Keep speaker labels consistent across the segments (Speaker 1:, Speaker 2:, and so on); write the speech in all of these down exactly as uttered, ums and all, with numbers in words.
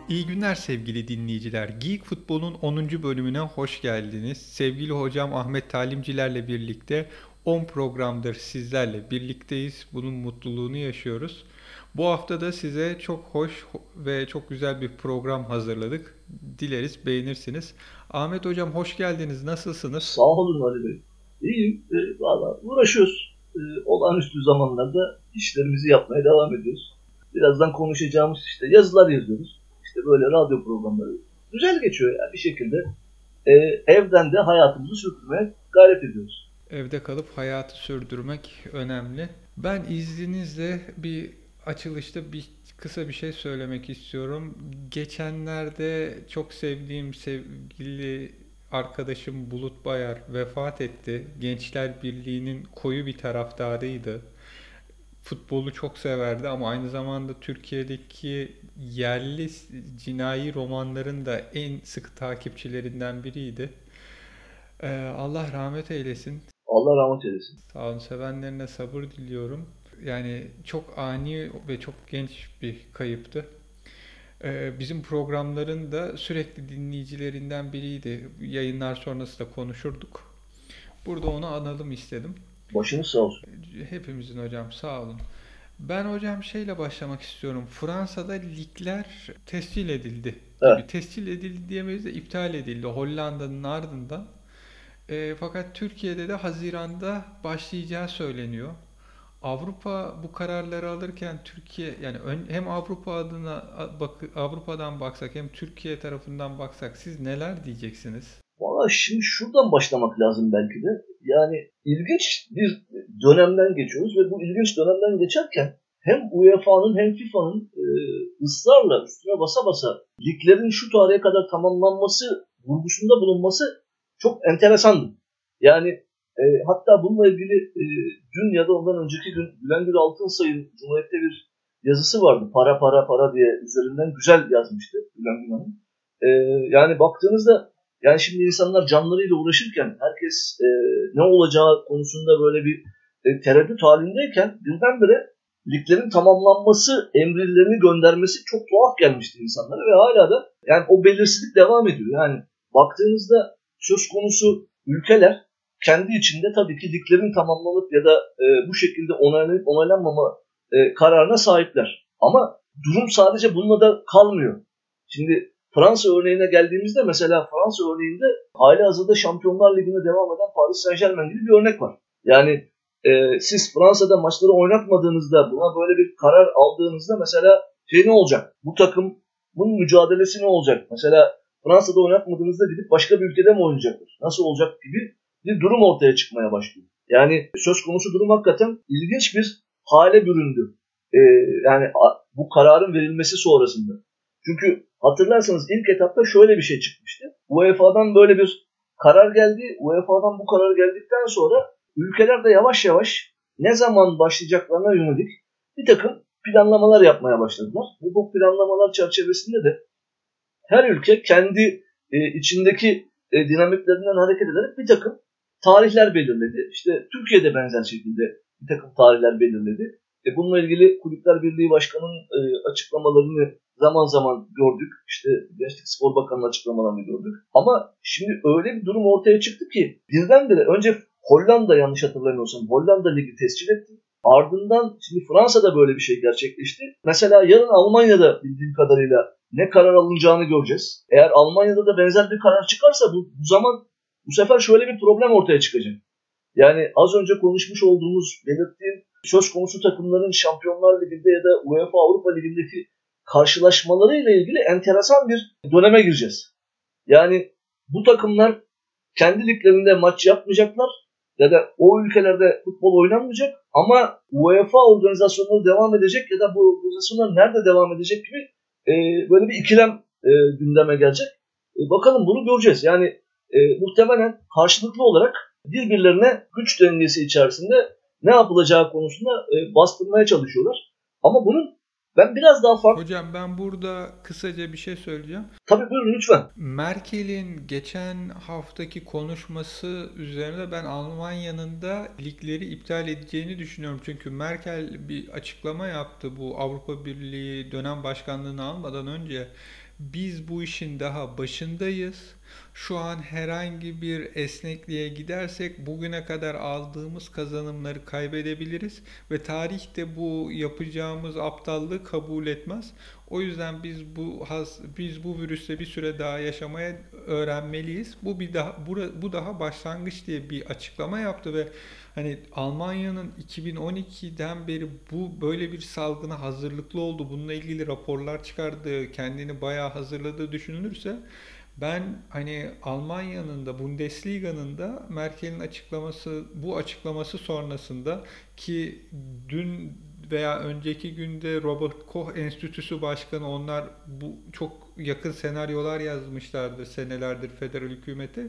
Speaker 1: İyi günler sevgili dinleyiciler. Geek Futbol'un onuncu bölümüne hoş geldiniz. Sevgili hocam Ahmet Talimcilerle birlikte on programdır sizlerle birlikteyiz. Bunun mutluluğunu yaşıyoruz. Bu hafta da size çok hoş ve çok güzel bir program hazırladık. Dileriz beğenirsiniz. Ahmet hocam hoş geldiniz.
Speaker 2: Sağ
Speaker 1: Nasılsınız?
Speaker 2: olun Ali Bey. İyiyim. E, Valla uğraşıyoruz. E, olağanüstü zamanlarda işlerimizi yapmaya devam ediyoruz. Birazdan konuşacağımız işte yazılar yazıyoruz. İşte böyle radyo programları. Güzel geçiyor yani bir şekilde. E, evden de hayatımızı sürdürmeye gayret ediyoruz.
Speaker 1: Evde kalıp hayatı sürdürmek önemli. Ben izninizle bir açılışta bir kısa bir şey söylemek istiyorum. Geçenlerde çok sevdiğim sevgili arkadaşım Bulut Bayar vefat etti. Gençler Birliği'nin koyu bir taraftarıydı. Futbolu çok severdi ama aynı zamanda Türkiye'deki yerli cinayi romanların da en sıkı takipçilerinden biriydi. Ee, Allah rahmet eylesin.
Speaker 2: Allah rahmet eylesin.
Speaker 1: Sağ olun. Sevenlerine sabır diliyorum. Yani çok ani ve çok genç bir kayıptı. Ee, bizim programların da sürekli dinleyicilerinden biriydi. Yayınlar sonrası da konuşurduk. Burada onu analım istedim.
Speaker 2: Başınız sağ olsun.
Speaker 1: Hepimizin hocam sağ olun. Ben hocam şeyle başlamak istiyorum. Fransa'da ligler tescil edildi
Speaker 2: Evet.
Speaker 1: gibi. Tescil edildi diyemeyiz de iptal edildi Hollanda'nın ardından. E, fakat Türkiye'de de Haziran'da başlayacağı söyleniyor. Avrupa bu kararları alırken Türkiye yani ön- hem Avrupa adına bak Avrupa'dan baksak hem Türkiye tarafından baksak siz neler diyeceksiniz?
Speaker 2: Valla şimdi şuradan başlamak lazım belki de. Yani ilginç bir dönemden geçiyoruz ve bu ilginç dönemden geçerken hem U E F A'nın hem FIFA'nın e, ısrarla üstüne basa basa liglerin şu tarihe kadar tamamlanması vurgusunda bulunması çok enteresandı. Yani e, hatta bununla ilgili e, dün ya da ondan önceki gün Bülent Altınsay'ın Cumhuriyet'te bir yazısı vardı. Para para para diye üzerinden güzel yazmıştı Bülent Hanım. E, yani baktığınızda yani şimdi insanlar canlarıyla uğraşırken herkes e, ne olacağı konusunda böyle bir e, tereddüt halindeyken birdenbire liglerin tamamlanması emrilerini göndermesi çok tuhaf gelmişti insanlara ve hala da yani o belirsizlik devam ediyor. Yani baktığınızda söz konusu ülkeler kendi içinde tabii ki liglerin tamamlanıp ya da e, bu şekilde onaylanıp onaylanmama e, kararına sahipler. Ama durum sadece bununla da kalmıyor. Şimdi Fransa örneğine geldiğimizde mesela Fransa örneğinde halihazırda Şampiyonlar Ligi'ne devam eden Paris Saint-Germain gibi bir örnek var. Yani e, siz Fransa'da maçları oynatmadığınızda buna böyle bir karar aldığınızda mesela şey ne olacak? Bu takımın mücadelesi ne olacak? Mesela Fransa'da oynatmadığınızda gidip başka bir ülkede mi oynayacaktır? Nasıl olacak gibi bir durum ortaya çıkmaya başlıyor. Yani söz konusu durum hakikaten ilginç bir hale büründü. E, yani bu kararın verilmesi sonrasında. Çünkü hatırlarsanız ilk etapta şöyle bir şey çıkmıştı. U E F A'dan böyle bir karar geldi. U E F A'dan bu karar geldikten sonra ülkeler de yavaş yavaş ne zaman başlayacaklarına yönelik bir takım planlamalar yapmaya başladılar. Ve bu planlamalar çerçevesinde de her ülke kendi e, içindeki e, dinamiklerinden hareket ederek bir takım tarihler belirledi. İşte Türkiye'de benzer şekilde bir takım tarihler belirledi. E, bununla ilgili Kulüpler Birliği Başkanı'nın e, açıklamalarını zaman zaman gördük. İşte Gençlik Spor Bakanı'nın açıklamalarını gördük. Ama şimdi öyle bir durum ortaya çıktı ki birdenbire önce Hollanda yanlış hatırlamıyorsam Hollanda Ligi tescil etti. Ardından şimdi Fransa'da böyle bir şey gerçekleşti. Mesela yarın Almanya'da bildiğim kadarıyla ne karar alınacağını göreceğiz. Eğer Almanya'da da benzer bir karar çıkarsa bu, bu zaman bu sefer şöyle bir problem ortaya çıkacak. Yani az önce konuşmuş olduğumuz, belirttiğim söz konusu takımların Şampiyonlar Ligi'nde ya da UEFA Avrupa Ligi'ndeki karşılaşmalarıyla ilgili enteresan bir döneme gireceğiz. Yani bu takımlar kendi liglerinde maç yapmayacaklar ya da o ülkelerde futbol oynanmayacak ama UEFA organizasyonları devam edecek ya da bu organizasyonlar nerede devam edecek gibi e, böyle bir ikilem e, gündeme gelecek. E, bakalım bunu göreceğiz. Yani e, muhtemelen karşılıklı olarak birbirlerine güç dengesi içerisinde ne yapılacağı konusunda e, bastırmaya çalışıyorlar. Ama bunun ben biraz daha farklı...
Speaker 1: Hocam ben burada kısaca bir şey söyleyeceğim.
Speaker 2: Tabii buyurun lütfen.
Speaker 1: Merkel'in geçen haftaki konuşması üzerine ben Almanya'nın da ligleri iptal edeceğini düşünüyorum. Çünkü Merkel bir açıklama yaptı bu Avrupa Birliği dönem başkanlığını almadan önce Biz bu işin daha başındayız. Şu an herhangi bir esnekliğe gidersek bugüne kadar aldığımız kazanımları kaybedebiliriz ve tarih de bu yapacağımız aptallığı kabul etmez. O yüzden biz bu has, biz bu virüsle bir süre daha yaşamaya öğrenmeliyiz. Bu bir daha bura- bu daha başlangıç diye bir açıklama yaptı ve hani Almanya'nın iki bin on ikiden beri bu böyle bir salgına hazırlıklı oldu. Bununla ilgili raporlar çıkardı, kendini bayağı hazırladığı düşünülürse ben hani Almanya'nın da Bundesliga'nın da Merkel'in açıklaması bu açıklaması sonrasında ki dün veya önceki günde Robert Koch Enstitüsü Başkanı onlar bu çok yakın senaryolar yazmışlardı senelerdir federal hükümete.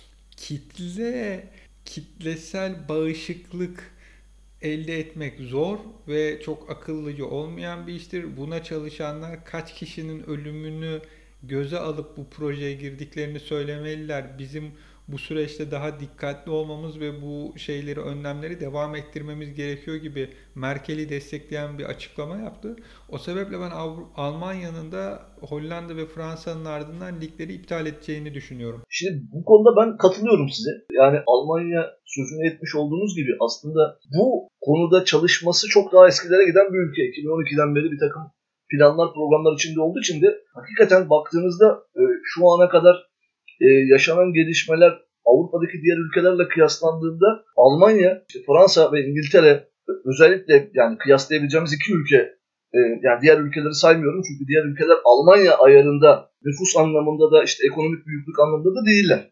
Speaker 1: Kitle kitlesel bağışıklık elde etmek zor ve çok akıllıca olmayan bir iştir. Buna çalışanlar kaç kişinin ölümünü göze alıp bu projeye girdiklerini söylemeliler. Bizim bu süreçte daha dikkatli olmamız ve bu şeyleri, önlemleri devam ettirmemiz gerekiyor gibi Merkel'i destekleyen bir açıklama yaptı. O sebeple ben Almanya'nın da Hollanda ve Fransa'nın ardından ligleri iptal edeceğini düşünüyorum.
Speaker 2: Şimdi bu konuda ben katılıyorum size. Yani Almanya sözünü etmiş olduğunuz gibi aslında bu konuda çalışması çok daha eskilere giden bir ülke. iki bin on ikiden beri bir takım planlar, programlar içinde olduğu için de hakikaten baktığınızda e, şu ana kadar e, yaşanan gelişmeler Avrupa'daki diğer ülkelerle kıyaslandığında Almanya, işte Fransa ve İngiltere özellikle yani kıyaslayabileceğimiz iki ülke, e, yani diğer ülkeleri saymıyorum çünkü diğer ülkeler Almanya ayarında nüfus anlamında da işte ekonomik büyüklük anlamında da değiller.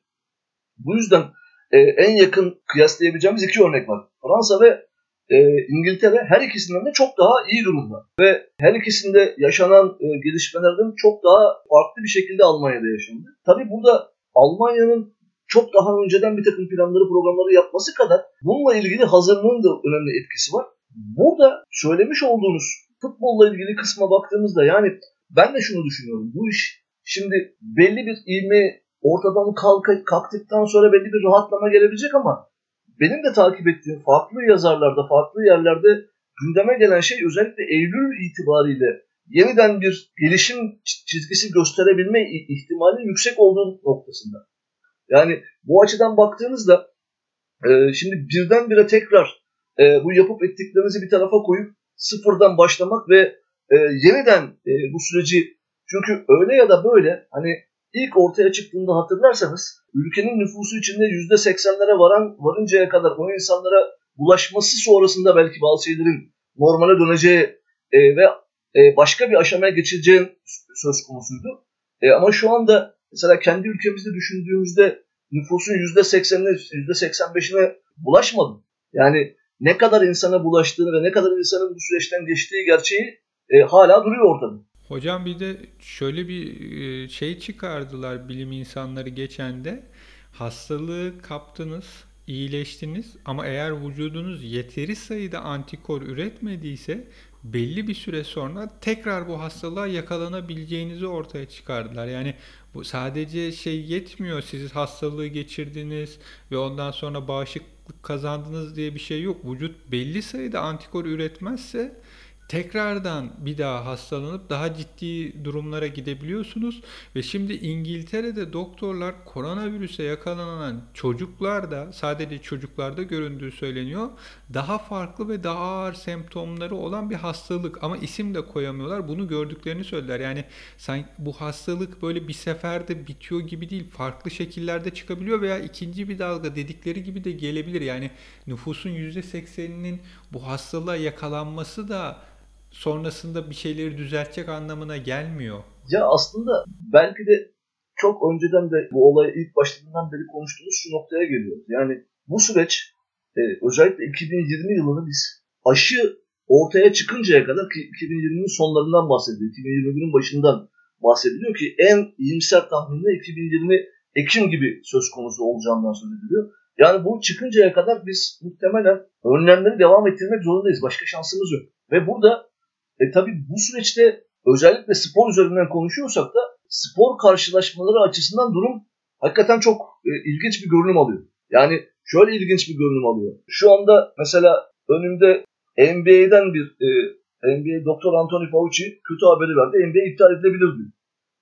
Speaker 2: Bu yüzden e, en yakın kıyaslayabileceğimiz iki örnek var. Fransa ve e, İngiltere her ikisinden de çok daha iyi durumda. Ve her ikisinde yaşanan e, gelişmelerden çok daha farklı bir şekilde Almanya'da yaşandı. Tabii burada Almanya'nın çok daha önceden bir takım planları, programları yapması kadar bununla ilgili hazırlığın da önemli etkisi var. Burada söylemiş olduğunuz futbolla ilgili kısma baktığımızda yani ben de şunu düşünüyorum. Bu iş şimdi belli bir ivme ortadan kalk, kalktıktan sonra belli bir rahatlama gelebilecek ama benim de takip ettiğim farklı yazarlarda, farklı yerlerde gündeme gelen şey özellikle Eylül itibariyle yeniden bir gelişim çizgisi gösterebilme ihtimalinin yüksek olduğu noktasında. Yani bu açıdan baktığınızda e, şimdi birdenbire tekrar e, bu yapıp ettiklerinizi bir tarafa koyup sıfırdan başlamak ve e, yeniden e, bu süreci çünkü öyle ya da böyle hani ilk ortaya çıktığında hatırlarsanız ülkenin nüfusu içinde yüzde seksenlere varan varıncaya kadar o insanlara bulaşması sonrasında belki bazı şeylerin normale döneceği e, ve e, başka bir aşamaya geçileceği söz konusuydu. E, ama şu anda mesela kendi ülkemizde düşündüğümüzde nüfusun yüzde seksenine, yüzde seksen beşine bulaşmadı. Yani ne kadar insana bulaştığını ve ne kadar insanın bu süreçten geçtiği gerçeği e, hala duruyor ortada.
Speaker 1: Hocam bir de şöyle bir e, şey çıkardılar bilim insanları geçen de. Hastalığı kaptınız, iyileştiniz ama eğer vücudunuz yeteri sayıda antikor üretmediyse belli bir süre sonra tekrar bu hastalığa yakalanabileceğinizi ortaya çıkardılar. Yani bu sadece şey yetmiyor. Siz hastalığı geçirdiniz ve ondan sonra bağışıklık kazandınız diye bir şey yok. Vücut belli sayıda antikor üretmezse tekrardan bir daha hastalanıp daha ciddi durumlara gidebiliyorsunuz ve şimdi İngiltere'de doktorlar koronavirüse yakalanan çocuklarda sadece çocuklarda göründüğü söyleniyor. Daha farklı ve daha ağır semptomları olan bir hastalık ama isim de koyamıyorlar. Bunu gördüklerini söylediler. Yani sanki bu hastalık böyle bir seferde bitiyor gibi değil. Farklı şekillerde çıkabiliyor veya ikinci bir dalga dedikleri gibi de gelebilir. Yani nüfusun yüzde sekseninin bu hastalığa yakalanması da sonrasında bir şeyleri düzeltecek anlamına gelmiyor.
Speaker 2: Ya aslında belki de çok önceden de bu olay ilk başladığından beri konuştuğumuz şu noktaya geliyoruz. Yani bu süreç e, özellikle iki bin yirmi yılını biz aşı ortaya çıkıncaya kadar ki iki bin yirminin sonlarından bahsediyor. iki bin yirmi birin başından bahsediliyor ki en iyimser tahminle iki bin yirmi Ekim gibi söz konusu olacağından söz ediliyor. Yani bu çıkıncaya kadar biz muhtemelen önlemleri devam ettirmek zorundayız. Başka şansımız yok. Ve burada e tabii bu süreçte özellikle spor üzerinden konuşuyorsak da spor karşılaşmaları açısından durum hakikaten çok e, ilginç bir görünüm alıyor. Yani şöyle ilginç bir görünüm alıyor. Şu anda mesela önümde N B A'den bir e, N B A Doktor Anthony Fauci kötü haberi verdi. N B A iptal edilebilir diyor.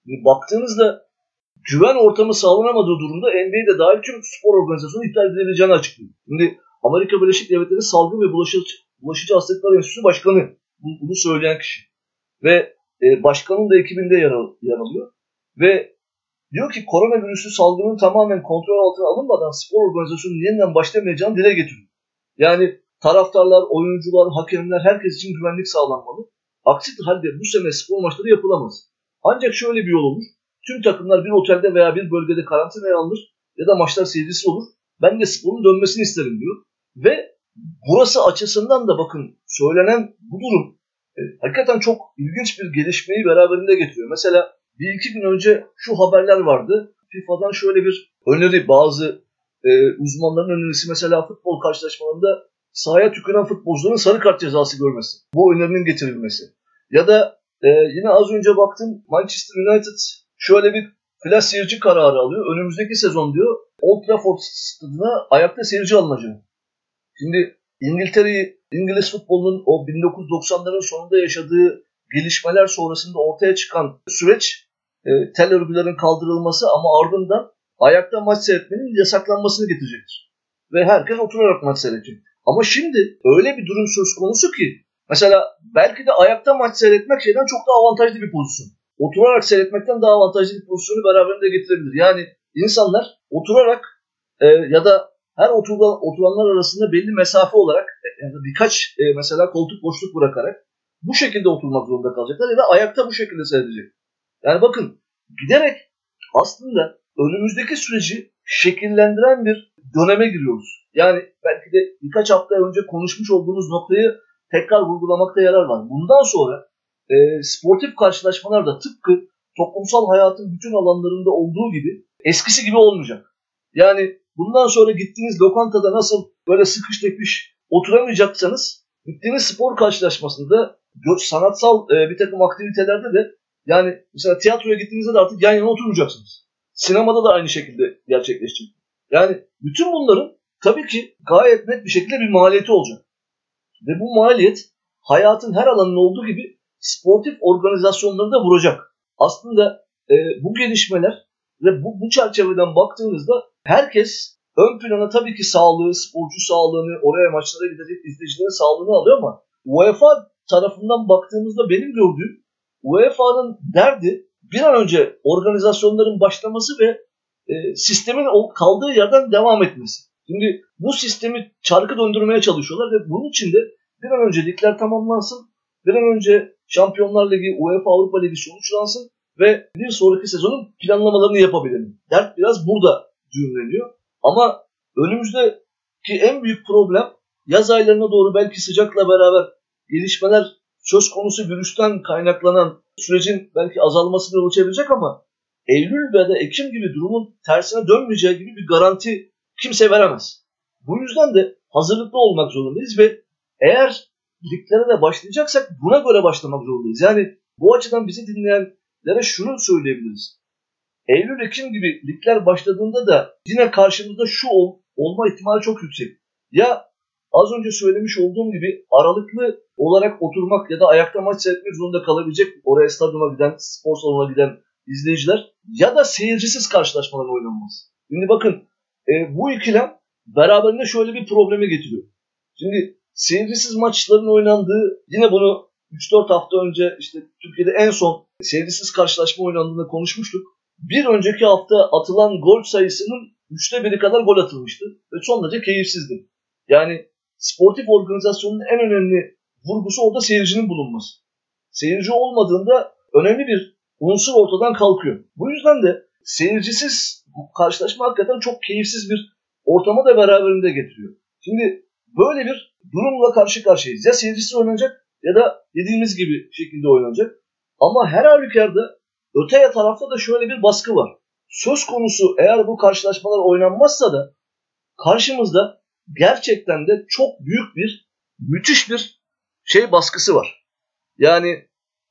Speaker 2: Şimdi baktığınızda güven ortamı sağlanamadığı durumda N B A'de dahil tüm spor organizasyonu iptal edilebileceğini açıklıyor. Şimdi Amerika Birleşik Devletleri Salgın ve Bulaşıcı, Bulaşıcı Hastalıklar Enstitüsü Başkanı bunu söyleyen kişi. Ve e, başkanın da ekibinde yer, al, yer alıyor. Ve diyor ki koronavirüsü salgının tamamen kontrol altına alınmadan spor organizasyonunun yeniden başlamayacağını dile getiriyor. Yani taraftarlar, oyuncular, hakemler, herkes için güvenlik sağlanmalı. Aksi halde bu sene spor maçları yapılamaz. Ancak şöyle bir yol olur. Tüm takımlar bir otelde veya bir bölgede karantinaya alınır ya da maçlar seyircisi olur. Ben de sporun dönmesini isterim diyor. Ve burası açısından da bakın söylenen bu durum e, hakikaten çok ilginç bir gelişmeyi beraberinde getiriyor. Mesela bir iki gün önce şu haberler vardı. FIFA'dan şöyle bir öneri, bazı e, uzmanların önerisi, mesela futbol karşılaşmalarında sahaya tüküren futbolcuların sarı kart cezası görmesi. Bu önerinin getirilmesi. Ya da e, yine az önce baktım, Manchester United şöyle bir flash seyirci kararı alıyor. Önümüzdeki sezon diyor Old Trafford stadına ayakta seyirci alınacak. Şimdi İngiltere'yi, İngiliz futbolunun o bin dokuz yüz doksanların sonunda yaşadığı gelişmeler sonrasında ortaya çıkan süreç e, tel örgülerin kaldırılması ama ardından ayakta maç seyretmenin yasaklanmasını getirecektir. Ve herkes oturarak maç seyredecek. Ama şimdi öyle bir durum söz konusu ki mesela belki de ayakta maç seyretmek şeyden çok daha avantajlı bir pozisyon. Oturarak seyretmekten daha avantajlı bir pozisyonu beraberinde getirebilir. Yani insanlar oturarak e, ya da her oturan, oturanlar arasında belli mesafe olarak yani birkaç e, mesela koltuk boşluk bırakarak bu şekilde oturmak zorunda kalacaklar ya da ayakta bu şekilde seyredecek. Yani bakın giderek aslında önümüzdeki süreci şekillendiren bir döneme giriyoruz. Yani belki de birkaç hafta önce konuşmuş olduğumuz noktayı tekrar vurgulamakta yarar var. Bundan sonra e, sportif karşılaşmalar da tıpkı toplumsal hayatın bütün alanlarında olduğu gibi eskisi gibi olmayacak. Yani bundan sonra gittiğiniz lokantada nasıl böyle sıkış tepiş oturamayacaksanız gittiğiniz spor karşılaşmasında sanatsal e, bir takım aktivitelerde de yani mesela tiyatroya gittiğinizde de artık yan yana oturmayacaksınız. Sinemada da aynı şekilde gerçekleşecek. Yani bütün bunların tabii ki gayet net bir şekilde bir maliyeti olacak. Ve bu maliyet hayatın her alanında olduğu gibi sportif organizasyonları da vuracak. Aslında e, bu gelişmeler ve bu, bu çerçeveden baktığınızda herkes ön plana tabii ki sağlığı, sporcu sağlığını, oraya maçlara gidecek izleyicilerin sağlığını alıyor ama UEFA tarafından baktığımızda benim gördüğüm UEFA'nın derdi bir an önce organizasyonların başlaması ve e, sistemin kaldığı yerden devam etmesi. Şimdi bu sistemi çarkı döndürmeye çalışıyorlar ve bunun için de bir an önce ligler tamamlansın, bir an önce Şampiyonlar Ligi, UEFA Avrupa Ligi sonuçlansın ve bir sonraki sezonun planlamalarını yapabilelim. Dert biraz burada düğümleniyor. Ama önümüzdeki en büyük problem yaz aylarına doğru belki sıcakla beraber gelişmeler söz konusu virüsten kaynaklanan sürecin belki azalmasını yol açabilecek ama Eylül veya da Ekim gibi durumun tersine dönmeyeceği gibi bir garanti kimse veremez. Bu yüzden de hazırlıklı olmak zorundayız ve eğer liglere de başlayacaksak buna göre başlamak zorundayız. Yani bu açıdan bizi dinleyenlere şunu söyleyebiliriz. Eylül-Ekim gibi ligler başladığında da yine karşımızda şu ol, olma ihtimali çok yüksek. Ya az önce söylemiş olduğum gibi aralıklı olarak oturmak ya da ayakta maç seyretmek zorunda kalabilecek oraya stadyuma giden, spor salonuna giden izleyiciler ya da seyircisiz karşılaşmalar oynanmaz. Şimdi bakın e, bu ikilem beraberinde şöyle bir probleme getiriyor. Şimdi seyircisiz maçların oynandığı, yine bunu üç dört hafta önce işte Türkiye'de en son seyircisiz karşılaşma oynandığında konuşmuştuk. Bir önceki hafta atılan gol sayısının üçte biri kadar gol atılmıştı ve son derece keyifsizdi. Yani sportif organizasyonun en önemli vurgusu orada seyircinin bulunması. Seyirci olmadığında önemli bir unsur ortadan kalkıyor. Bu yüzden de seyircisiz karşılaşma hakikaten çok keyifsiz bir ortama da beraberinde getiriyor. Şimdi böyle bir durumla karşı karşıyayız. Ya seyircisiz oynanacak ya da dediğimiz gibi şekilde oynanacak. Ama her halükarda öte tarafta da şöyle bir baskı var. Söz konusu eğer bu karşılaşmalar oynanmazsa da karşımızda gerçekten de çok büyük bir, müthiş bir şey baskısı var. Yani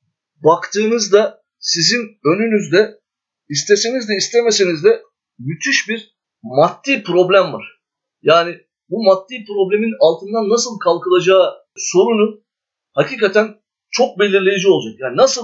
Speaker 2: baktığınızda sizin önünüzde isteseniz de istemeseniz de müthiş bir maddi problem var. Yani bu maddi problemin altından nasıl kalkılacağı sorunu hakikaten çok belirleyici olacak. Yani nasıl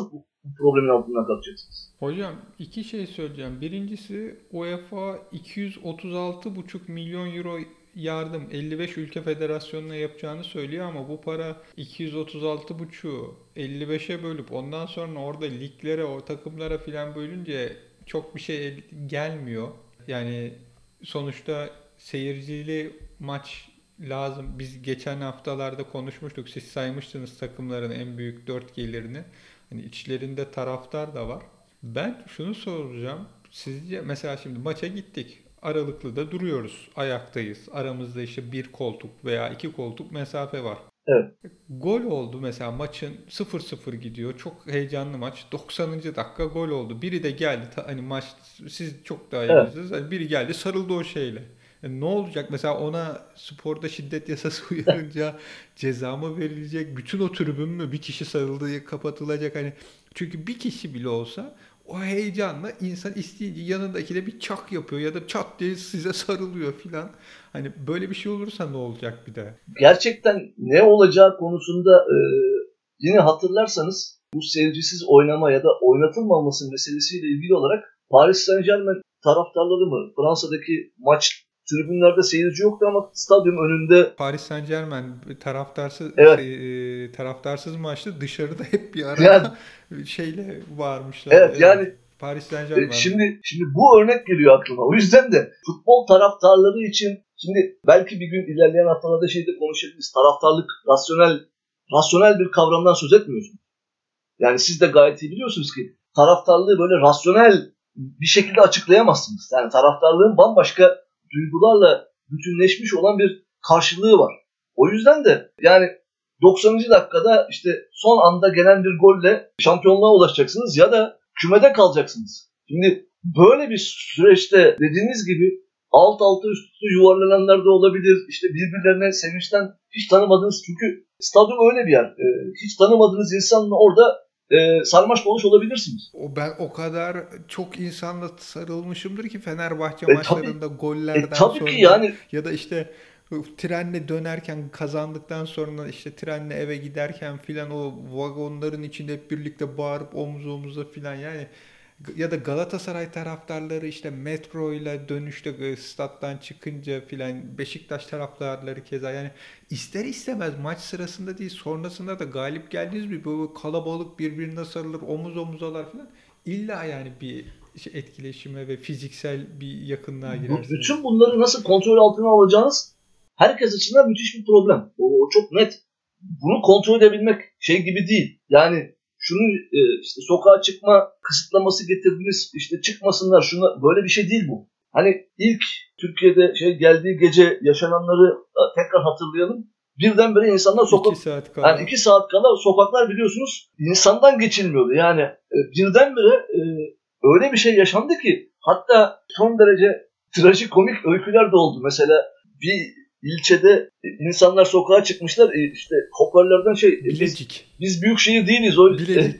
Speaker 2: bu problemin altından kalkacaksınız?
Speaker 1: Hocam iki şey söyleyeceğim. Birincisi UEFA iki yüz otuz altı buçuk milyon euro yardım elli beş ülke federasyonuna yapacağını söylüyor ama bu para iki yüz otuz altı buçuğu elli beşe bölüp ondan sonra orada liglere, o takımlara filan bölünce çok bir şey el- gelmiyor. Yani sonuçta seyircili maç lazım. Biz geçen haftalarda konuşmuştuk. Siz saymıştınız takımların en büyük dört gelirini. Hani içlerinde taraftar da var. Ben şunu soracağım. Sizce mesela şimdi maça gittik. Aralıklı da duruyoruz. Ayaktayız. Aramızda işte bir koltuk veya iki koltuk mesafe var.
Speaker 2: Evet.
Speaker 1: Gol oldu mesela, maçın sıfır sıfır gidiyor. Çok heyecanlı maç. doksanıncı dakika gol oldu. Biri de geldi. ta- Hani maç, siz çok daha iyi
Speaker 2: Evet.
Speaker 1: bilirsiniz. Hani biri geldi sarıldı o şeyle. E ne olacak? Mesela ona sporda şiddet yasası uyarınca ceza mı verilecek? Bütün o tribün mü bir kişi sarıldığı kapatılacak? Hani çünkü bir kişi bile olsa o heyecanla insan isteyince yanındaki de bir çak yapıyor ya da çat diye size sarılıyor filan. Hani böyle bir şey olursa ne olacak bir de?
Speaker 2: Gerçekten ne olacağı konusunda e, yine hatırlarsanız bu seyircisiz oynama ya da oynatılmaması meselesiyle ilgili olarak Paris Saint-Germain taraftarları mı? Fransa'daki maç tribünlerde seyirci yoktu ama stadyum önünde.
Speaker 1: Paris Saint-Germain taraftarsız
Speaker 2: Evet.
Speaker 1: şey, e, taraftarsız maçta dışarıda hep bir
Speaker 2: Yani
Speaker 1: arada şeyle varmışlar.
Speaker 2: evet
Speaker 1: Evet.
Speaker 2: yani
Speaker 1: Paris
Speaker 2: e,
Speaker 1: Saint-Germain.
Speaker 2: şimdi şimdi bu örnek geliyor aklıma. O yüzden de futbol taraftarları için şimdi belki bir gün ilerleyen haftalarda şeyde konuşabiliriz. Taraftarlık rasyonel rasyonel bir kavramdan söz etmiyorsun. Yani siz de gayet iyi biliyorsunuz ki taraftarlığı böyle rasyonel bir şekilde açıklayamazsınız. Yani taraftarlığın bambaşka duygularla bütünleşmiş olan bir karşılığı var. O yüzden de yani doksanıncı dakikada işte son anda gelen bir golle şampiyonluğa ulaşacaksınız ya da kümede kalacaksınız. Şimdi böyle bir süreçte dediğiniz gibi alt alta üst üste yuvarlananlar da olabilir. İşte birbirlerine sevinçten hiç tanımadığınız, çünkü stadyum öyle bir yer. Ee, hiç tanımadığınız insanla orada e, sarmaş dolaş olabilirsiniz.
Speaker 1: O ben o kadar çok insanla sarılmışımdır ki Fenerbahçe
Speaker 2: E tabii,
Speaker 1: maçlarında
Speaker 2: e,
Speaker 1: gollerden
Speaker 2: tabii ki
Speaker 1: sonra
Speaker 2: yani
Speaker 1: ya da işte trenle dönerken, kazandıktan sonra işte trenle eve giderken filan o vagonların içinde hep birlikte bağırıp omuz omuza filan, yani ya da Galatasaray taraftarları işte metro ile dönüşte e, stat'tan çıkınca filan, Beşiktaş taraftarları keza, yani ister istemez maç sırasında değil sonrasında da galip geldiğiniz bir böyle kalabalık birbirine sarılır, omuz omuzalar filan, illa yani bir şey, etkileşime ve fiziksel bir yakınlığa
Speaker 2: bu,
Speaker 1: girersiniz.
Speaker 2: bütün bunları nasıl kontrol altına alacağınız herkes açısından müthiş bir problem. O, o çok net. Bunu kontrol edebilmek şey gibi değil. Yani şunu e, işte sokağa çıkma kısıtlaması getirdiniz, işte çıkmasınlar, şuna, böyle bir şey değil bu. Hani ilk Türkiye'de şey geldiği gece yaşananları e, tekrar hatırlayalım. Birdenbire insanlar
Speaker 1: iki
Speaker 2: sokak,
Speaker 1: saat
Speaker 2: yani
Speaker 1: kala
Speaker 2: iki saat kala sokaklar biliyorsunuz insandan geçilmiyordu. Yani e, birdenbire e, öyle bir şey yaşandı ki hatta son derece trajikomik öyküler de oldu. Mesela bir ilçede insanlar sokağa çıkmışlar, e, işte hoparlörden şey e, biz
Speaker 1: Bilecik.
Speaker 2: biz büyük şehir değiliz o
Speaker 1: Bilecik.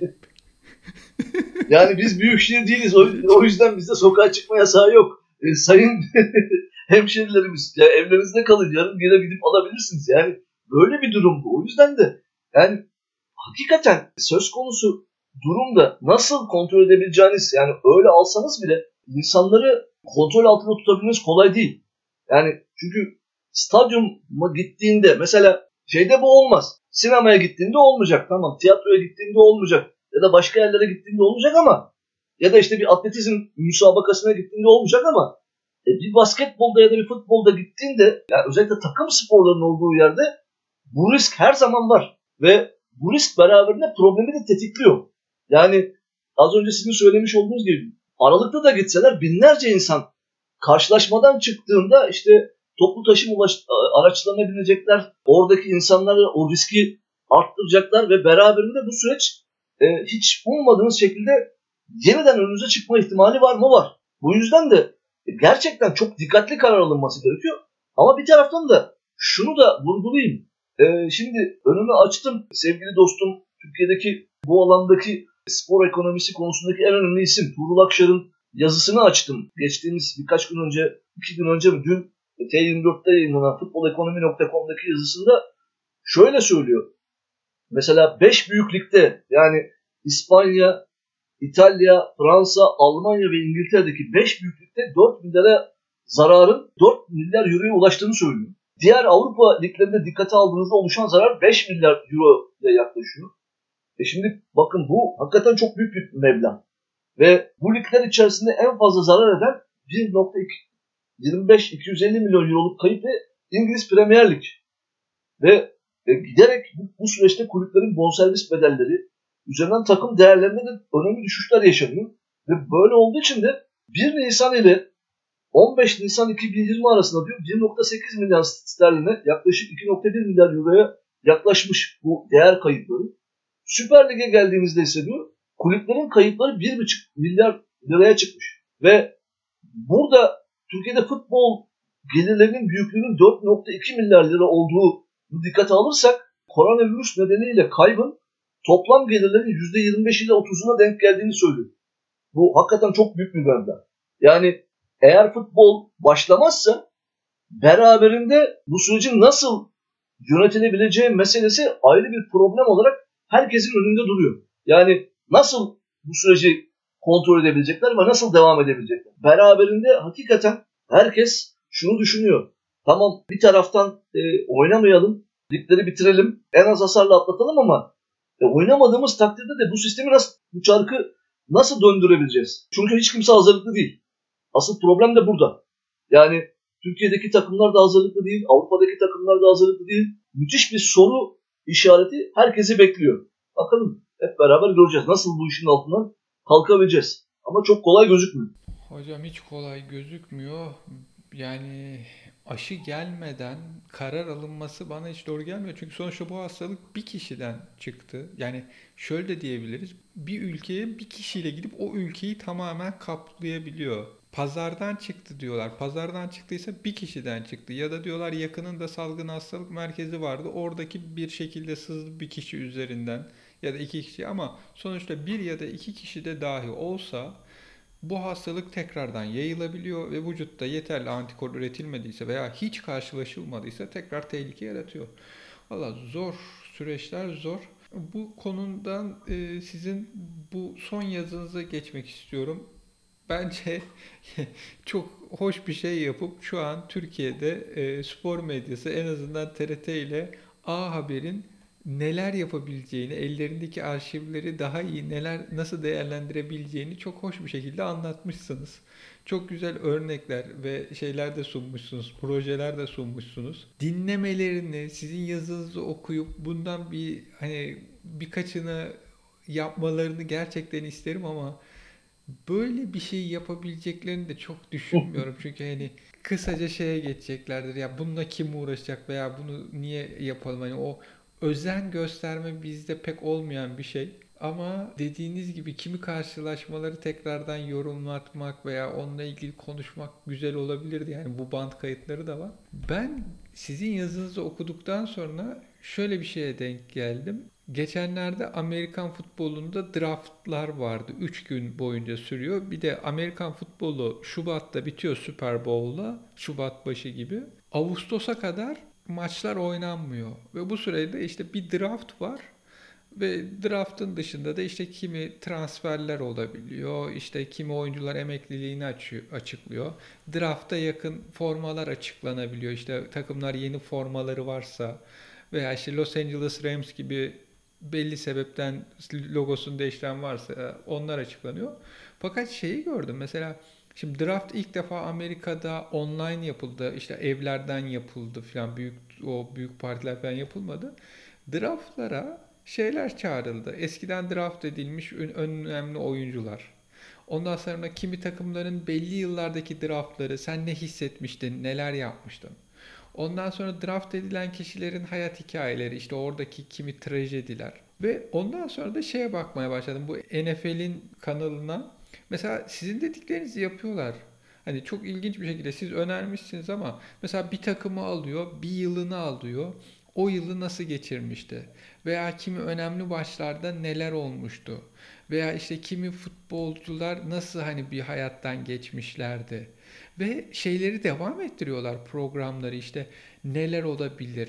Speaker 2: yani biz büyük şehir değiliz o, o
Speaker 1: Bilecik.
Speaker 2: yüzden bizde sokağa çıkma yasağı yok. E, sayın hemşerilerimiz ya evlerinizde kalın, yarın gene gidip alabilirsiniz. Yani böyle bir durum bu. O yüzden de yani hakikaten söz konusu durumda nasıl kontrol edebileceğiniz, yani öyle alsanız bile insanları kontrol altında tutabilmeniz kolay değil. Yani çünkü stadyuma gittiğinde mesela şeyde bu olmaz. Sinemaya gittiğinde olmayacak, tamam. Tiyatroya gittiğinde olmayacak. Ya da başka yerlere gittiğinde olmayacak ama ya da işte bir atletizm müsabakasına gittiğinde olmayacak ama e, bir basketbolda ya da bir futbolda gittiğinde, yani özellikle takım sporlarının olduğu yerde bu risk her zaman var. Ve bu risk beraberinde problemi de tetikliyor. Yani az önce sizin söylemiş olduğunuz gibi aralıkta da gitseler binlerce insan karşılaşmadan çıktığında işte toplu taşıma ulaş- araçlarına binecekler. Oradaki insanları o riski arttıracaklar ve beraberinde bu süreç e, hiç ummadığınız şekilde yeniden önünüze çıkma ihtimali var mı? Var. Bu yüzden de gerçekten çok dikkatli karar alınması gerekiyor. Ama bir taraftan da şunu da vurgulayayım. Ee, şimdi önümü açtım sevgili dostum, Türkiye'deki bu alandaki spor ekonomisi konusundaki en önemli isim Tuğrul Akşar'ın yazısını açtım. Geçtiğimiz birkaç gün önce, iki gün önce mi dün T yirmi dörtte yayınlanan futbol ekonomi nokta com'daki yazısında şöyle söylüyor. Mesela beş büyük ligde, yani İspanya, İtalya, Fransa, Almanya ve İngiltere'deki beş büyüklükte dört milyara zararın dört milyar euroya ulaştığını söylüyor. Diğer Avrupa liglerinde dikkate aldığınızda oluşan zarar beş milyar euroya yaklaşıyor. E şimdi bakın bu hakikaten çok büyük bir meblağ. Ve bu ligler içerisinde en fazla zarar eden bir nokta yirmi beş iki yüz elli milyon euroluk kayıp ve İngiliz Premier Lig. Ve e, giderek bu, bu süreçte kulüplerin bonservis bedelleri üzerinden takım değerlerinde de önemli düşüşler yaşanıyor. Ve böyle olduğu için de bir Nisan ile on beş Nisan iki bin yirmi arasında diyor bir nokta sekiz milyar sterline yaklaşık iki nokta bir milyar euroya yaklaşmış bu değer kayıpları. Süper Lig'e geldiğimizde ise diyor kulüplerin kayıpları bir buçuk milyar liraya çıkmış. Ve burada Türkiye'de futbol gelirlerinin büyüklüğünün dört nokta iki milyar lira olduğu dikkate alırsak koronavirüs nedeniyle kaybın toplam gelirlerin yüzde yirmi beş ile otuzuna denk geldiğini söylüyor. Bu hakikaten çok büyük bir meblağ. Yani eğer futbol başlamazsa beraberinde bu sürecin nasıl yönetilebileceği meselesi ayrı bir problem olarak herkesin önünde duruyor. Yani nasıl bu süreci kontrol edebilecekler ve nasıl devam edebilecekler? Beraberinde hakikaten herkes şunu düşünüyor. Tamam bir taraftan e, oynamayalım, ligleri bitirelim, en az hasarla atlatalım ama e, oynamadığımız takdirde de bu sistemi nasıl, bu çarkı nasıl döndürebileceğiz? Çünkü hiç kimse hazırlıklı değil. Asıl problem de burada. Yani Türkiye'deki takımlar da hazırlıklı değil, Avrupa'daki takımlar da hazırlıklı değil. Müthiş bir soru işareti herkesi bekliyor. Bakalım hep beraber göreceğiz. Nasıl bu işin altından kalkabileceğiz. Ama çok kolay gözükmüyor.
Speaker 1: Hocam hiç kolay gözükmüyor. Yani aşı gelmeden karar alınması bana hiç doğru gelmiyor. Çünkü sonuçta bu hastalık bir kişiden çıktı. Yani şöyle de diyebiliriz. Bir ülkeye bir kişiyle gidip o ülkeyi tamamen kaplayabiliyor. Pazardan çıktı diyorlar. Pazardan çıktıysa bir kişiden çıktı. Ya da diyorlar yakınında salgın hastalık merkezi vardı. Oradaki bir şekilde sızdı bir kişi üzerinden ya da iki kişi ama sonuçta bir ya da iki kişi de dahi olsa bu hastalık tekrardan yayılabiliyor ve vücutta yeterli antikor üretilmediyse veya hiç karşılaşılmadıysa tekrar tehlike yaratıyor. Valla zor, süreçler zor. Bu konudan e, sizin bu son yazınıza geçmek istiyorum. Bence çok hoş bir şey yapıp şu an Türkiye'de e, spor medyası en azından T R T ile A Haber'in neler yapabileceğini, ellerindeki arşivleri daha iyi neler nasıl değerlendirebileceğini çok hoş bir şekilde anlatmışsınız. Çok güzel örnekler ve şeyler de sunmuşsunuz, projeler de sunmuşsunuz. Dinlemelerini, sizin yazınızı okuyup bundan bir hani birkaçını yapmalarını gerçekten isterim ama böyle bir şey yapabileceklerini de çok düşünmüyorum. Çünkü hani kısaca şeye geçeceklerdir. Ya bununla kim uğraşacak veya bunu niye yapalım? Hani o özen gösterme bizde pek olmayan bir şey. Ama dediğiniz gibi kimi karşılaşmaları tekrardan yorumlatmak veya onunla ilgili konuşmak güzel olabilirdi. Yani bu band kayıtları da var. Ben sizin yazınızı okuduktan sonra şöyle bir şeye denk geldim. Geçenlerde Amerikan futbolunda draftlar vardı. üç gün boyunca sürüyor. Bir de Amerikan futbolu Şubat'ta bitiyor Super Bowl'la. Şubat başı gibi. Ağustos'a kadar maçlar oynanmıyor. Ve bu sürede işte bir draft var. Ve draftın dışında da işte kimi transferler olabiliyor, işte kimi oyuncular emekliliğini açıyor, açıklıyor. Drafta yakın formalar açıklanabiliyor. İşte takımlar yeni formaları varsa veya işte Los Angeles Rams gibi belli sebepten logosunu değiştiren varsa onlar açıklanıyor. Fakat şeyi gördüm mesela şimdi draft ilk defa Amerika'da online yapıldı. İşte evlerden yapıldı falan büyük o büyük partiler falan yapılmadı. Draftlara şeyler çağrıldı. Eskiden draft edilmiş önemli oyuncular. Ondan sonra kimi takımların belli yıllardaki draftları sen ne hissetmiştin, neler yapmıştın. Ondan sonra draft edilen kişilerin hayat hikayeleri, işte oradaki kimi trajediler. Ve ondan sonra da şeye bakmaya başladım. Bu N F L'in kanalına. Mesela sizin dediklerinizi yapıyorlar. Hani çok ilginç bir şekilde siz önermişsiniz ama mesela bir takımı alıyor, bir yılını alıyor. O yılı nasıl geçirmişti? Veya kimi önemli maçlarda neler olmuştu? Veya işte kimi futbolcular nasıl hani bir hayattan geçmişlerdi? Ve şeyleri devam ettiriyorlar programları işte neler olabilir?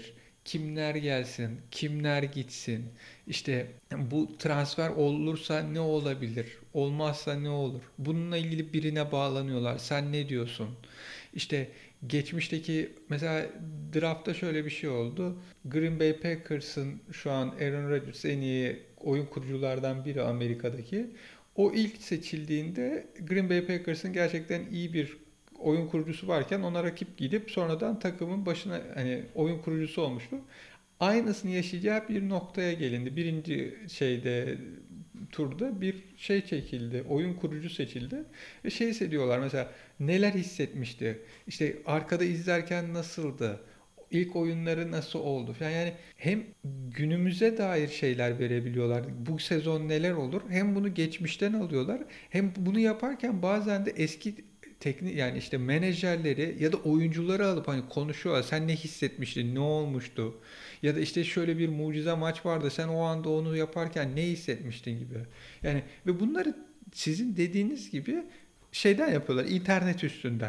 Speaker 1: kimler gelsin, kimler gitsin, işte bu transfer olursa ne olabilir, olmazsa ne olur? Bununla ilgili birine bağlanıyorlar. Sen ne diyorsun? İşte geçmişteki mesela draftta şöyle bir şey oldu. Green Bay Packers'ın şu an Aaron Rodgers en iyi oyun kuruculardan biri Amerika'daki. O ilk seçildiğinde Green Bay Packers'ın gerçekten iyi bir oyun kurucusu varken ona rakip gidip sonradan takımın başına hani oyun kurucusu olmuştu. Aynısını yaşayacağı bir noktaya gelindi. Birinci şeyde turda bir şey çekildi. Oyun kurucu seçildi. Ve şey hissediyorlar mesela neler hissetmişti? İşte arkada izlerken nasıldı? İlk oyunları nasıl oldu falan. Yani hem günümüze dair şeyler verebiliyorlar. Bu sezon neler olur? Hem bunu geçmişten alıyorlar. Hem bunu yaparken bazen de eski teknik yani işte menajerleri ya da oyuncuları alıp hani konuşuyorlar. Sen ne hissetmiştin? Ne olmuştu? Ya da işte şöyle bir mucize maç vardı. Sen o anda onu yaparken ne hissetmiştin gibi. Yani ve bunları sizin dediğiniz gibi şeyden yapıyorlar. İnternet üstünden.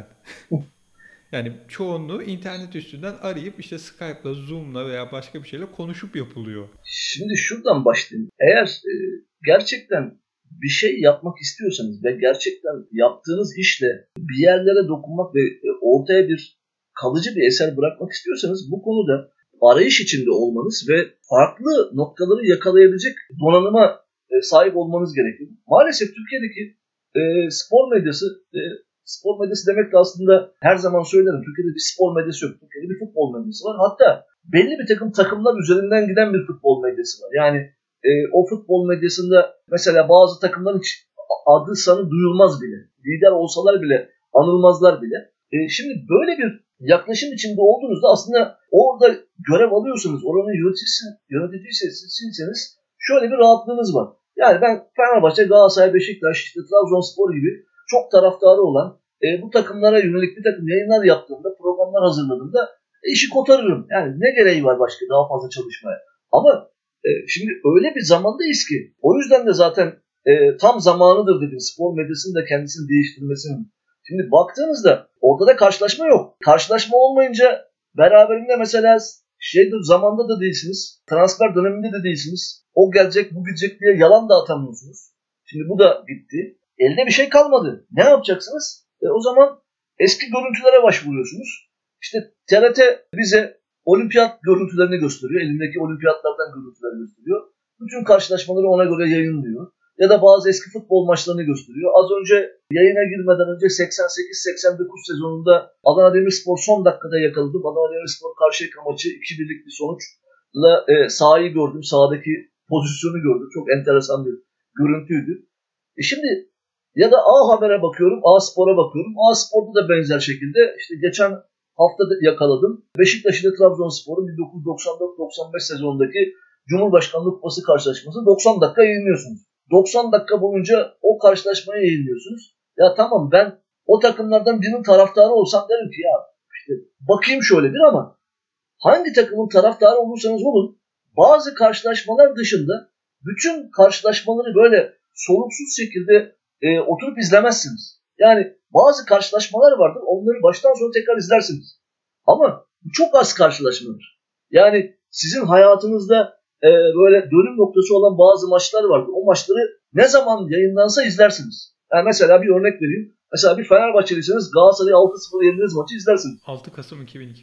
Speaker 1: Yani çoğunluğu internet üstünden arayıp işte Skype'la, Zoom'la veya başka bir şeyle konuşup yapılıyor.
Speaker 2: Şimdi şuradan başlayayım. Eğer e, gerçekten bir şey yapmak istiyorsanız ve gerçekten yaptığınız işle bir yerlere dokunmak ve e, ortaya bir kalıcı bir eser bırakmak istiyorsanız bu konuda arayış içinde olmanız ve farklı noktaları yakalayabilecek donanıma e, sahip olmanız gerekiyor. Maalesef Türkiye'deki e, spor medyası, e, spor medyası demek de aslında her zaman söylerim. Türkiye'de bir spor medyası yok. Türkiye'de bir futbol medyası var. Hatta belli bir takım takımlar üzerinden giden bir futbol medyası var. Yani e, o futbol medyasında mesela bazı takımların hiç adı sanı duyulmaz bile. Lider olsalar bile anılmazlar bile. E, şimdi böyle bir yaklaşım içinde olduğunuzda aslında orada görev alıyorsanız, oranın yöneticisi, yöneticiyseniz şöyle bir rahatlığınız var. Yani ben Fenerbahçe, Galatasaray, Beşiktaş, işte Trabzonspor gibi çok taraftarı olan e, bu takımlara yönelik bir takım yayınlar yaptığımda, programlar hazırladığımda işi kotarırım. Yani ne gereği var başka daha fazla çalışmaya. Ama e, şimdi öyle bir zamandayız ki o yüzden de zaten e, tam zamanıdır dedim spor medyasının da kendisini değiştirmesinin. Şimdi baktığınızda ortada karşılaşma yok. Karşılaşma olmayınca beraberinde mesela şey zamanda da değilsiniz. Transfer döneminde de değilsiniz. O gelecek bu gidecek diye yalan da atamıyorsunuz. Şimdi bu da bitti. Elde bir şey kalmadı. Ne yapacaksınız? E, o zaman eski görüntülere başvuruyorsunuz. İşte T R T bize olimpiyat görüntülerini gösteriyor. Elindeki olimpiyatlardan görüntüler gösteriyor. Bütün karşılaşmaları ona göre yayınlıyor. Ya da bazı eski futbol maçlarını gösteriyor. Az önce yayına girmeden önce seksen sekiz seksen dokuz sezonunda Adana Demirspor son dakikada yakaladı. Adana Demirspor Karşıyaka maçı iki birlik bir sonuçla e, sahayı gördüm. Sahadaki pozisyonu gördüm. Çok enteresan bir görüntüydü. E şimdi ya da A Haber'e bakıyorum, A Spor'a bakıyorum. A Spor'da da benzer şekilde işte geçen hafta da yakaladım. Beşiktaş ile Trabzonspor'un bin dokuz yüz doksan dört doksan beş sezonundaki Cumhurbaşkanlığı Kupası karşılaşması doksan dakika yayınlıyorsunuz. doksan dakika boyunca o karşılaşmayı yayınlıyorsunuz. Ya tamam ben o takımlardan birinin taraftarı olsam derim ki ya işte bakayım şöyle bir ama hangi takımın taraftarı olursanız olun bazı karşılaşmalar dışında bütün karşılaşmaları böyle soluksuz şekilde e, oturup izlemezsiniz. Yani bazı karşılaşmalar vardır onları baştan sona tekrar izlersiniz. Ama çok az karşılaşmadır. Yani sizin hayatınızda e, böyle dönüm noktası olan bazı maçlar vardır. O maçları ne zaman yayınlansa izlersiniz. Yani mesela bir örnek vereyim. Mesela bir Fenerbahçeliyseniz Galatasaray'ı altı sıfır yendiğiniz maçı izlersiniz.
Speaker 1: altı Kasım iki bin iki.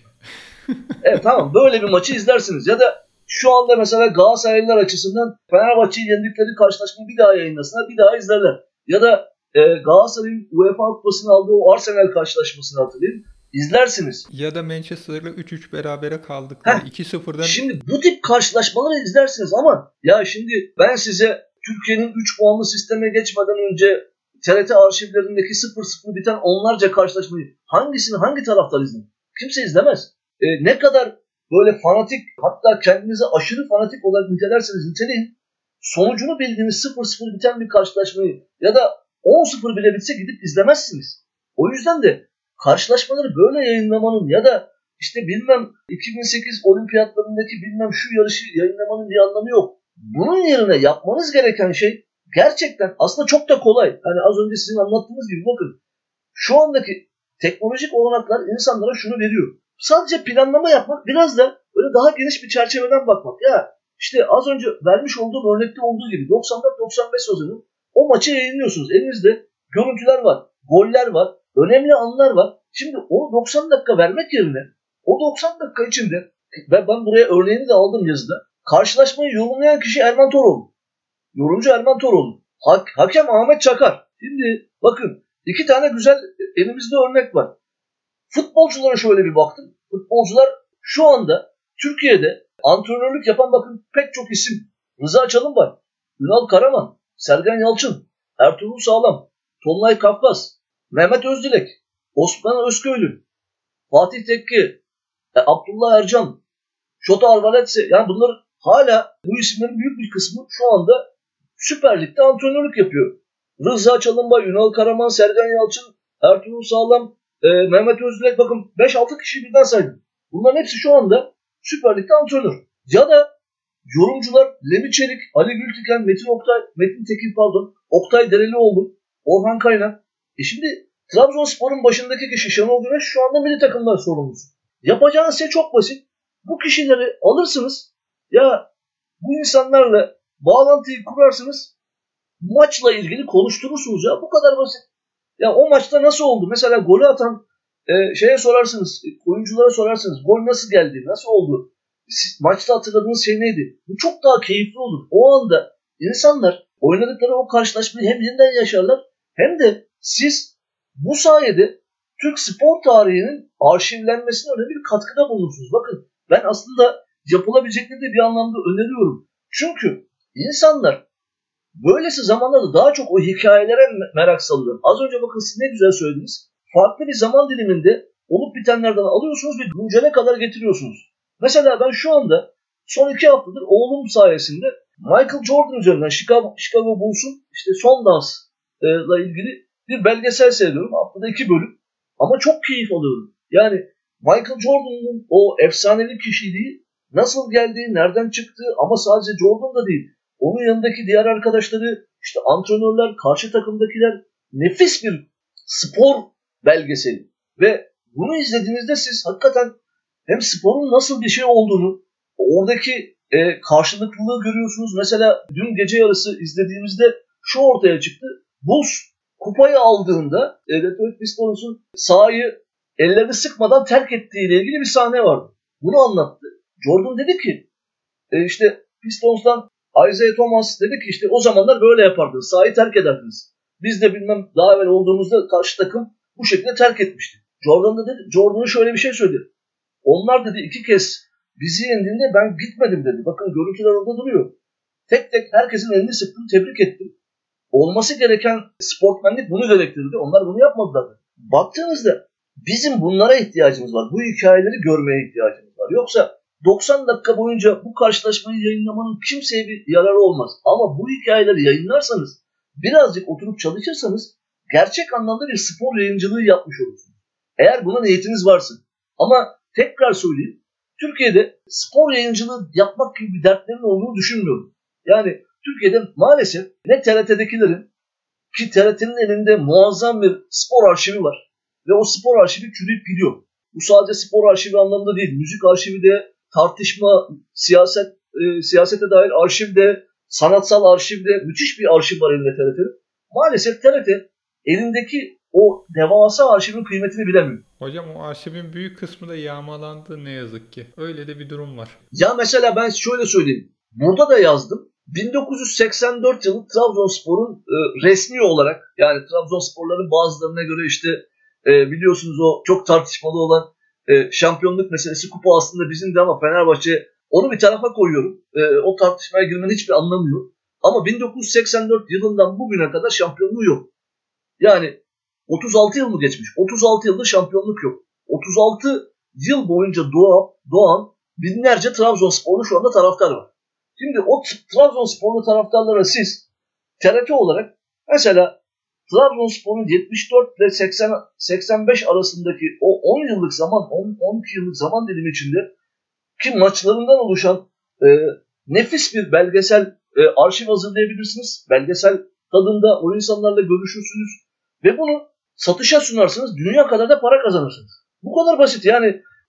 Speaker 2: Evet tamam böyle bir maçı izlersiniz. Ya da şu anda mesela Galatasaraylılar açısından Fenerbahçe'yi yendikleri karşılaşmayı bir daha yayınlasınlar, bir daha izlerler. Ya da e, Galatasaray'ın UEFA Kupası'nı aldığı o Arsenal karşılaşmasını hatırlayın. İzlersiniz.
Speaker 1: Ya da Manchester'la üç üç berabere kaldıkları
Speaker 2: Heh,
Speaker 1: iki sıfırdan.
Speaker 2: Şimdi bu tip karşılaşmaları izlersiniz ama ya şimdi ben size Türkiye'nin üç puanlı sisteme geçmeden önce T R T arşivlerindeki sıfır sıfır biten onlarca karşılaşmayı hangisini hangi taraftar izler? Kimse izlemez. E, ne kadar böyle fanatik hatta kendinize aşırı fanatik olarak nitelerseniz niteleyin sonucunu bildiğiniz sıfır sıfır biten bir karşılaşmayı ya da on sıfır bile bitse gidip izlemezsiniz. O yüzden de karşılaşmaları böyle yayınlamanın ya da işte bilmem iki bin sekiz olimpiyatlarındaki bilmem şu yarışı yayınlamanın bir anlamı yok. Bunun yerine yapmanız gereken şey gerçekten aslında çok da kolay. Hani az önce sizin anlattığınız gibi bakın. Şu andaki teknolojik olanaklar insanlara şunu veriyor. Sadece planlama yapmak biraz da Böyle daha geniş bir çerçeveden bakmak. Ya işte az önce vermiş olduğum örnekte olduğu gibi doksan dört doksan beş sezonu o maçı yayınlıyorsunuz. Elinizde görüntüler var, goller var, önemli anlar var. Şimdi o doksan dakika vermek yerine o doksan dakika içinde ben, ben buraya örneğini de aldım yazıda. Karşılaşmayı yorumlayan kişi Erman Toroğlu. Yorumcu Erman Toroğlu. Ha- hakem Ahmet Çakar. Şimdi bakın iki tane güzel elimizde örnek var. Futbolculara şöyle bir baktım. Futbolcular şu anda Türkiye'de antrenörlük yapan bakın pek çok isim. Rıza Çalınbay, Ünal Karaman, Sergen Yalçın, Ertuğrul Sağlam, Tolunay Kafkas, Mehmet Özdilek, Osman Özköylü, Fatih Tekke, e, Abdullah Ercan, Şota Arvaletse, yani bunlar hala bu isimlerin büyük bir kısmı şu anda Süper Lig'de antrenörlük yapıyor. Rıza Çalınbay, Ünal Karaman, Sergen Yalçın, Ertuğrul Sağlam, e, Mehmet Özdilek bakın beş altı kişiyi birden saydım. Bunların hepsi şu anda Süper Lig'de antrenör. Ya da yorumcular Lemi Çelik, Ali Gültiken, Metin Oktay, Metin Tekin pardon, Oktay Derelioğlu, Orhan Kaynak. E şimdi Trabzonspor'un başındaki kişi Şenol Güneş şu anda milli takımlar sorumlusu. Yapacağınız şey çok basit. Bu kişileri alırsınız. Ya bu insanlarla bağlantıyı kurarsınız. Maçla ilgili konuşturursunuz ya. Bu kadar basit. Ya o maçta nasıl oldu? Mesela golü atan e, şeye sorarsınız. Oyunculara sorarsınız. Gol nasıl geldi? Nasıl oldu? Siz, maçta hatırladığınız şey neydi? Bu çok daha keyifli olur. O anda insanlar oynadıkları o karşılaşmayı hem yeniden yaşarlar hem de siz bu sayede Türk spor tarihinin arşivlenmesine önemli bir katkıda bulunursunuz. Bakın ben aslında yapılabilecekleri de bir anlamda öneriyorum. Çünkü insanlar böylesi zamanlarda daha çok o hikayelere merak salıyor. Az önce bakın siz ne güzel söylediniz. Farklı bir zaman diliminde olup bitenlerden alıyorsunuz ve güncele kadar getiriyorsunuz. Mesela ben şu anda son iki haftadır oğlum sayesinde Michael Jordan üzerinden Chicago, Chicago Bulls'un işte son dansla ilgili bir belgesel seyrediyorum. Haftada iki bölüm. Ama çok keyif alıyorum. Yani Michael Jordan'ın o efsanevi kişiliği nasıl geldi, nereden çıktı ama sadece Jordan da değil. Onun yanındaki diğer arkadaşları, işte antrenörler, karşı takımdakiler nefis bir spor belgeseli. Ve bunu izlediğinizde siz hakikaten hem sporun nasıl bir şey olduğunu, oradaki e, karşılıklılığı görüyorsunuz. Mesela dün gece yarısı izlediğimizde şu ortaya çıktı. Bulls kupayı aldığında e, Detroit Pistons'un sahayı ellerini sıkmadan terk ettiğiyle ilgili bir sahne vardı. Bunu anlattı. Jordan dedi ki e, işte Pistons'tan Isaiah Thomas dedi ki işte o zamanlar böyle yapardınız. Sahayı terk ederdiniz. Biz de bilmem daha evvel olduğumuzda karşı takım bu şekilde terk etmişti. Jordan da dedi, Jordan'ın şöyle bir şey söyledi. Onlar dedi iki kez bizi yendiğinde ben gitmedim dedi. Bakın görüntüler orada duruyor. Tek tek herkesin elini sıktım, tebrik ettim. Olması gereken sportmenlik bunu gerektirdi. Onlar bunu yapmadılar. Baktığınızda bizim bunlara ihtiyacımız var. Bu hikayeleri görmeye ihtiyacımız var. Yoksa doksan dakika boyunca bu karşılaşmayı yayınlamanın kimseye bir yararı olmaz. Ama bu hikayeleri yayınlarsanız, birazcık oturup çalışırsanız gerçek anlamda bir spor yayıncılığı yapmış olursunuz. Eğer buna niyetiniz varsa. Ama tekrar söyleyeyim, Türkiye'de spor yayıncılığı yapmak gibi bir dertlerin olduğunu düşünmüyorum. Yani Türkiye'de maalesef ne T R T'dekilerin, ki T R T'nin elinde muazzam bir spor arşivi var. Ve o spor arşivi çürüyüp gidiyor. Bu sadece spor arşivi anlamında değil. Müzik arşivi de, tartışma, siyaset, e, siyasete dair arşivde, sanatsal arşivde müthiş bir arşiv var elinde T R T'nin. Maalesef T R T elindeki o devasa arşivin kıymetini bilemiyor.
Speaker 1: Hocam o arşivin büyük kısmı da yağmalandı ne yazık ki. Öyle de bir durum var.
Speaker 2: Ya mesela ben şöyle söyleyeyim. Burada da yazdım. bin dokuz yüz seksen dört yılı Trabzonspor'un e, resmi olarak, yani Trabzonsporların bazılarına göre işte e, biliyorsunuz o çok tartışmalı olan e, şampiyonluk meselesi, kupa aslında bizim de ama Fenerbahçe, onu bir tarafa koyuyorum. E, o tartışmaya girmenin hiçbir anlamı yok. Ama bin dokuz yüz seksen dört yılından bugüne kadar şampiyonluğu yok. Yani otuz altı yıl mı geçmiş? otuz altı yılda şampiyonluk yok. otuz altı yıl boyunca doğan, doğan binlerce Trabzonsporlu şu anda taraftar var. Şimdi o Trabzonsporlu taraftarlara siz T R T olarak mesela Trabzonspor'un yetmiş dört ile seksen, seksen beş arasındaki o on yıllık zaman, on on iki yıllık zaman dilimi içinde ki maçlarından oluşan e, nefis bir belgesel e, arşiv hazırlayabilirsiniz. Belgesel tadında o insanlarla görüşürsünüz ve bunu satışa sunarsınız. Dünya kadar da para kazanırsınız. Bu kadar basit. Yani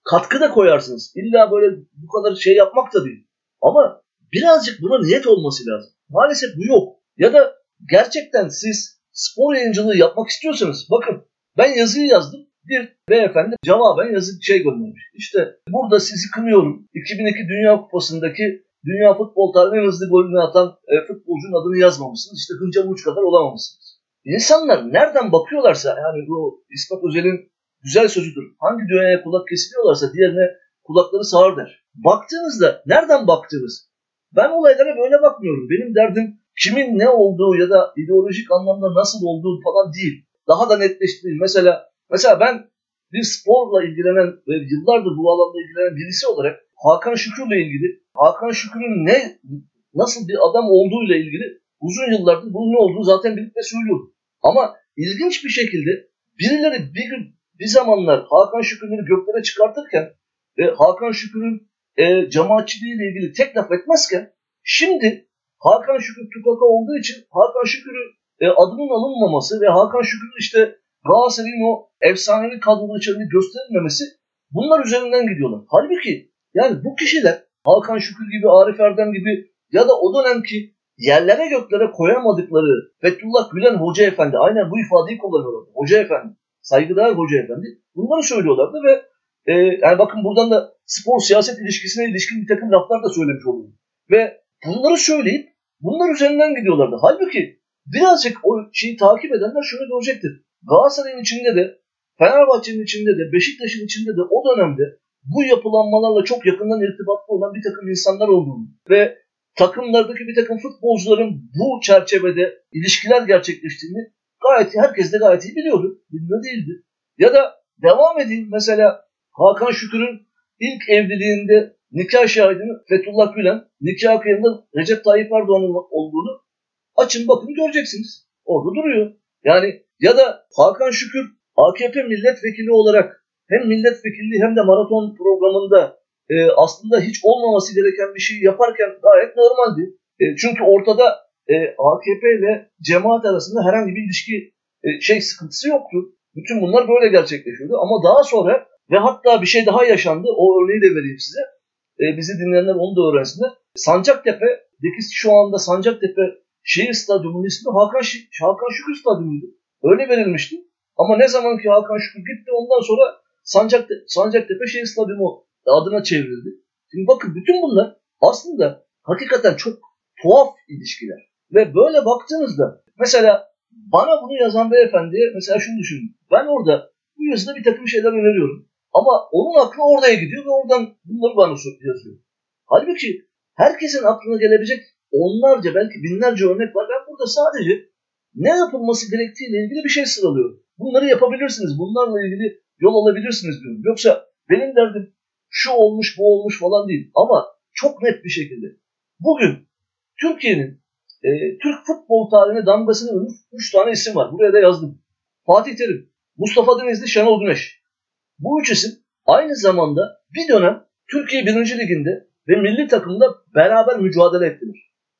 Speaker 2: katkı da koyarsınız. İlla böyle bu kadar şey yapmak da değil. Ama birazcık buna niyet olması lazım. Maalesef bu yok. Ya da gerçekten siz spor yayıncılığı yapmak istiyorsanız, bakın ben yazıyı yazdım. Bir beyefendi cevaben yazı şey göndermiş. İşte burada sizi kınıyorum. iki bin iki Dünya Kupası'ndaki dünya futbol tarihinin en hızlı golünü atan e, futbolcunun adını yazmamışsınız. İşte Hınca Muç kadar olamamışsınız. İnsanlar nereden bakıyorlarsa, yani bu İsmet Özel'in güzel sözüdür. Hangi dünyaya kulak kesiliyorlarsa diğerine kulakları sağır der. Baktığınızda nereden baktınız? Ben olaylara böyle bakmıyorum. Benim derdim kimin ne olduğu ya da ideolojik anlamda nasıl olduğu falan değil. Daha da netleştireyim. Mesela mesela ben bir sporla ilgilenen ve yıllardır bu alanda ilgilenen birisi olarak Hakan Şükür'le ilgili, Hakan Şükür'ün ne nasıl bir adam olduğuyla ilgili uzun yıllardır bunun ne olduğunu zaten bilip de söylüyorum. Ama ilginç bir şekilde birileri bir gün bir zamanlar Hakan Şükür'leri göklere çıkartırken ve Hakan Şükür'ün e, cemaatçiliğiyle ilgili tek laf etmezken şimdi Hakan Şükür tukaka olduğu için Hakan Şükür'ün e, adının alınmaması ve Hakan Şükür'ün işte Galatasaray'ın o efsanevi kadronun içerisinde gösterilmemesi, bunlar üzerinden gidiyorlar. Halbuki yani bu kişiler Hakan Şükür gibi, Arif Erdem gibi ya da o dönemki yerlere göklere koyamadıkları Fethullah Gülen Hoca Efendi, aynen bu ifadeyi kullanıyorlar. Hoca Efendi, saygıdeğer Hoca Efendi. Bunları söylüyorlardı ve e, yani bakın buradan da spor siyaset ilişkisine ilişkin bir takım laflar da söylemiş oluyor. Ve bunları söyleyip bunlar üzerinden gidiyorlardı. Halbuki birazcık o şeyi takip edenler şunu görecektir. Galatasaray'ın içinde de, Fenerbahçe'nin içinde de, Beşiktaş'ın içinde de o dönemde bu yapılanmalarla çok yakından irtibatlı olan bir takım insanlar olduğunu ve takımlardaki bir takım futbolcuların bu çerçevede ilişkiler gerçekleştiğini gayet herkes de gayet iyi biliyordu. Bilmiyor değildi. Ya da devam edeyim, mesela Hakan Şükür'ün ilk evliliğinde nikah şahidini Fethullah Gülen, nikah kıyımında Recep Tayyip Erdoğan'ın olduğunu açın bakın göreceksiniz. Orada duruyor. Yani ya da Hakan Şükür A K P milletvekili olarak hem milletvekilliği hem de maraton programında e, aslında hiç olmaması gereken bir şey yaparken gayet normaldi. E, çünkü ortada e, A K P ile cemaat arasında herhangi bir ilişki e, şey sıkıntısı yoktu. Bütün bunlar böyle gerçekleşiyordu. Ama daha sonra ve hatta bir şey daha yaşandı. O örneği de vereyim size. E, bizi dinleyenler onu da öğrensinler. Sancaktepe'deki şu anda Sancaktepe Şehir Stadyumu'nun ismi Hakan, Ş- Hakan Şükür Stadyumu'ydu. Öyle verilmişti. Ama ne zaman ki Hakan Şükür gitti, ondan sonra Sancaktepe, Sancaktepe Şehir Stadyumu adına çevrildi. Şimdi bakın bütün bunlar aslında hakikaten çok tuhaf ilişkiler. Ve böyle baktığınızda mesela bana bunu yazan beyefendiye mesela şunu düşünün. Ben orada bu yazıda bir takım şeyler öneriyorum. Ama onun aklı oraya gidiyor ve oradan bunları bana yazıyor. Halbuki herkesin aklına gelebilecek onlarca belki binlerce örnek var. Ben burada sadece ne yapılması gerektiğiyle ilgili bir şey sıralıyorum. Bunları yapabilirsiniz. Bunlarla ilgili yol alabilirsiniz diyorum. Yoksa benim derdim şu olmuş bu olmuş falan değil. Ama çok net bir şekilde bugün Türkiye'nin e, Türk futbol tarihine damgasını vurmuş üç tane isim var. Buraya da yazdım. Fatih Terim, Mustafa Denizli, Şenol Güneş. Bu üç isim aynı zamanda bir dönem Türkiye birinci Ligi'nde ve milli takımda beraber mücadele ettiler.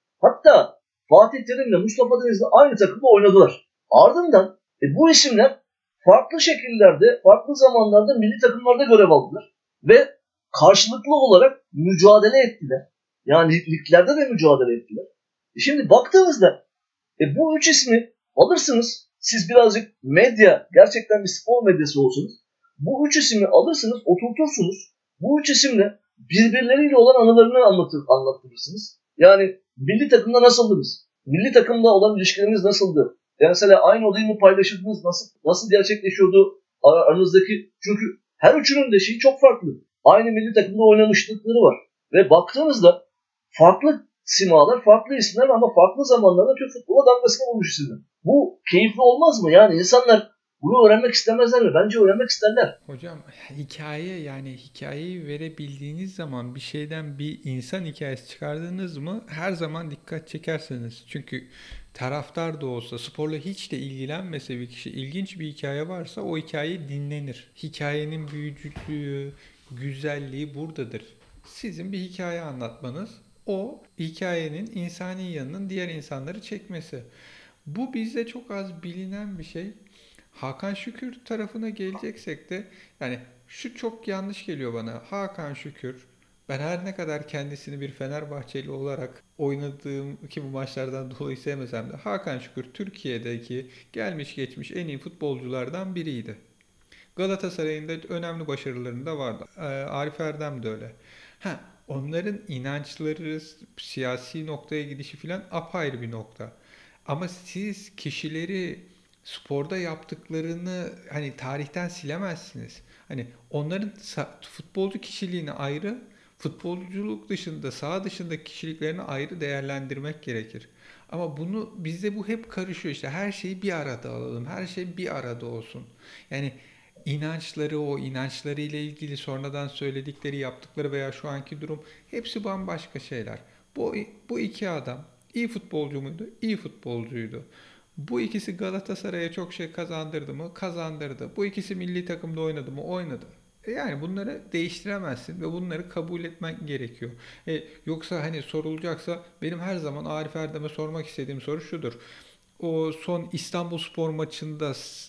Speaker 2: Hatta Fatih Terim ile Mustafa Denizli aynı takımda oynadılar. Ardından e, bu isimler farklı şekillerde, farklı zamanlarda milli takımlarda görev aldılar. Ve karşılıklı olarak mücadele ettiler. Yani liglerde de mücadele ettiler. E şimdi baktığınızda e, bu üç ismi alırsınız. Siz birazcık medya, gerçekten bir spor medyası olsunuz. Bu üç ismi alırsınız, oturtursunuz. Bu üç isimle birbirleriyle olan anılarını anlatır, anlattırırsınız. Yani milli takımda nasıldınız? Milli takımla olan ilişkileriniz nasıldı? Yani mesela aynı odayı mı paylaşırdınız? Nasıl nasıl gerçekleşiyordu aranızdaki? Çünkü her üçünün de şeyi çok farklı. Aynı milli takımda oynamışlıkları var. Ve baktığınızda farklı simalar, farklı isimler ama farklı zamanlarda Türk futbola damgasını vurmuş isimler. Bu keyifli olmaz mı? Yani insanlar bunu öğrenmek istemezler mi? Bence öğrenmek isterler.
Speaker 1: Hocam hikaye, yani hikayeyi verebildiğiniz zaman bir şeyden bir insan hikayesi çıkardınız mı her zaman dikkat çekersiniz. Çünkü taraftar da olsa, sporla hiç de ilgilenmese bir kişi, ilginç bir hikaye varsa o hikaye dinlenir. Hikayenin büyücülüğü, güzelliği buradadır. Sizin bir hikaye anlatmanız, o hikayenin insani yanının diğer insanları çekmesi. Bu bizde çok az bilinen bir şey. Hakan Şükür tarafına geleceksek de yani Şu çok yanlış geliyor bana. Hakan Şükür, ben her ne kadar kendisini bir Fenerbahçeli olarak oynadığım ki bu maçlardan dolayı sevmesem de Hakan Şükür Türkiye'deki gelmiş geçmiş en iyi futbolculardan biriydi. Galatasaray'ın da önemli başarılarında vardı. Ee, Arif Erdem de öyle. Ha, onların inançları, siyasi noktaya gidişi filan apayrı bir nokta. Ama siz kişileri sporda yaptıklarını hani tarihten silemezsiniz. Hani onların futbolcu kişiliğini ayrı, futbolculuk dışında, saha dışındaki kişiliklerini ayrı değerlendirmek gerekir. Ama bunu bizde bu hep karışıyor işte. Her şeyi bir arada alalım. Her şey bir arada olsun. Yani inançları, o inançları ile ilgili sonradan söyledikleri, yaptıkları veya şu anki durum hepsi bambaşka şeyler. Bu, bu iki adam iyi futbolcu muydu? İyi futbolcuydu. Bu ikisi Galatasaray'a çok şey kazandırdı mı? Kazandırdı. Bu ikisi milli takımda oynadı mı? Oynadı. E Yani bunları değiştiremezsin ve bunları kabul etmen gerekiyor. E, yoksa hani sorulacaksa benim her zaman Arif Erdem'e sormak istediğim soru şudur. O son İstanbulspor maçında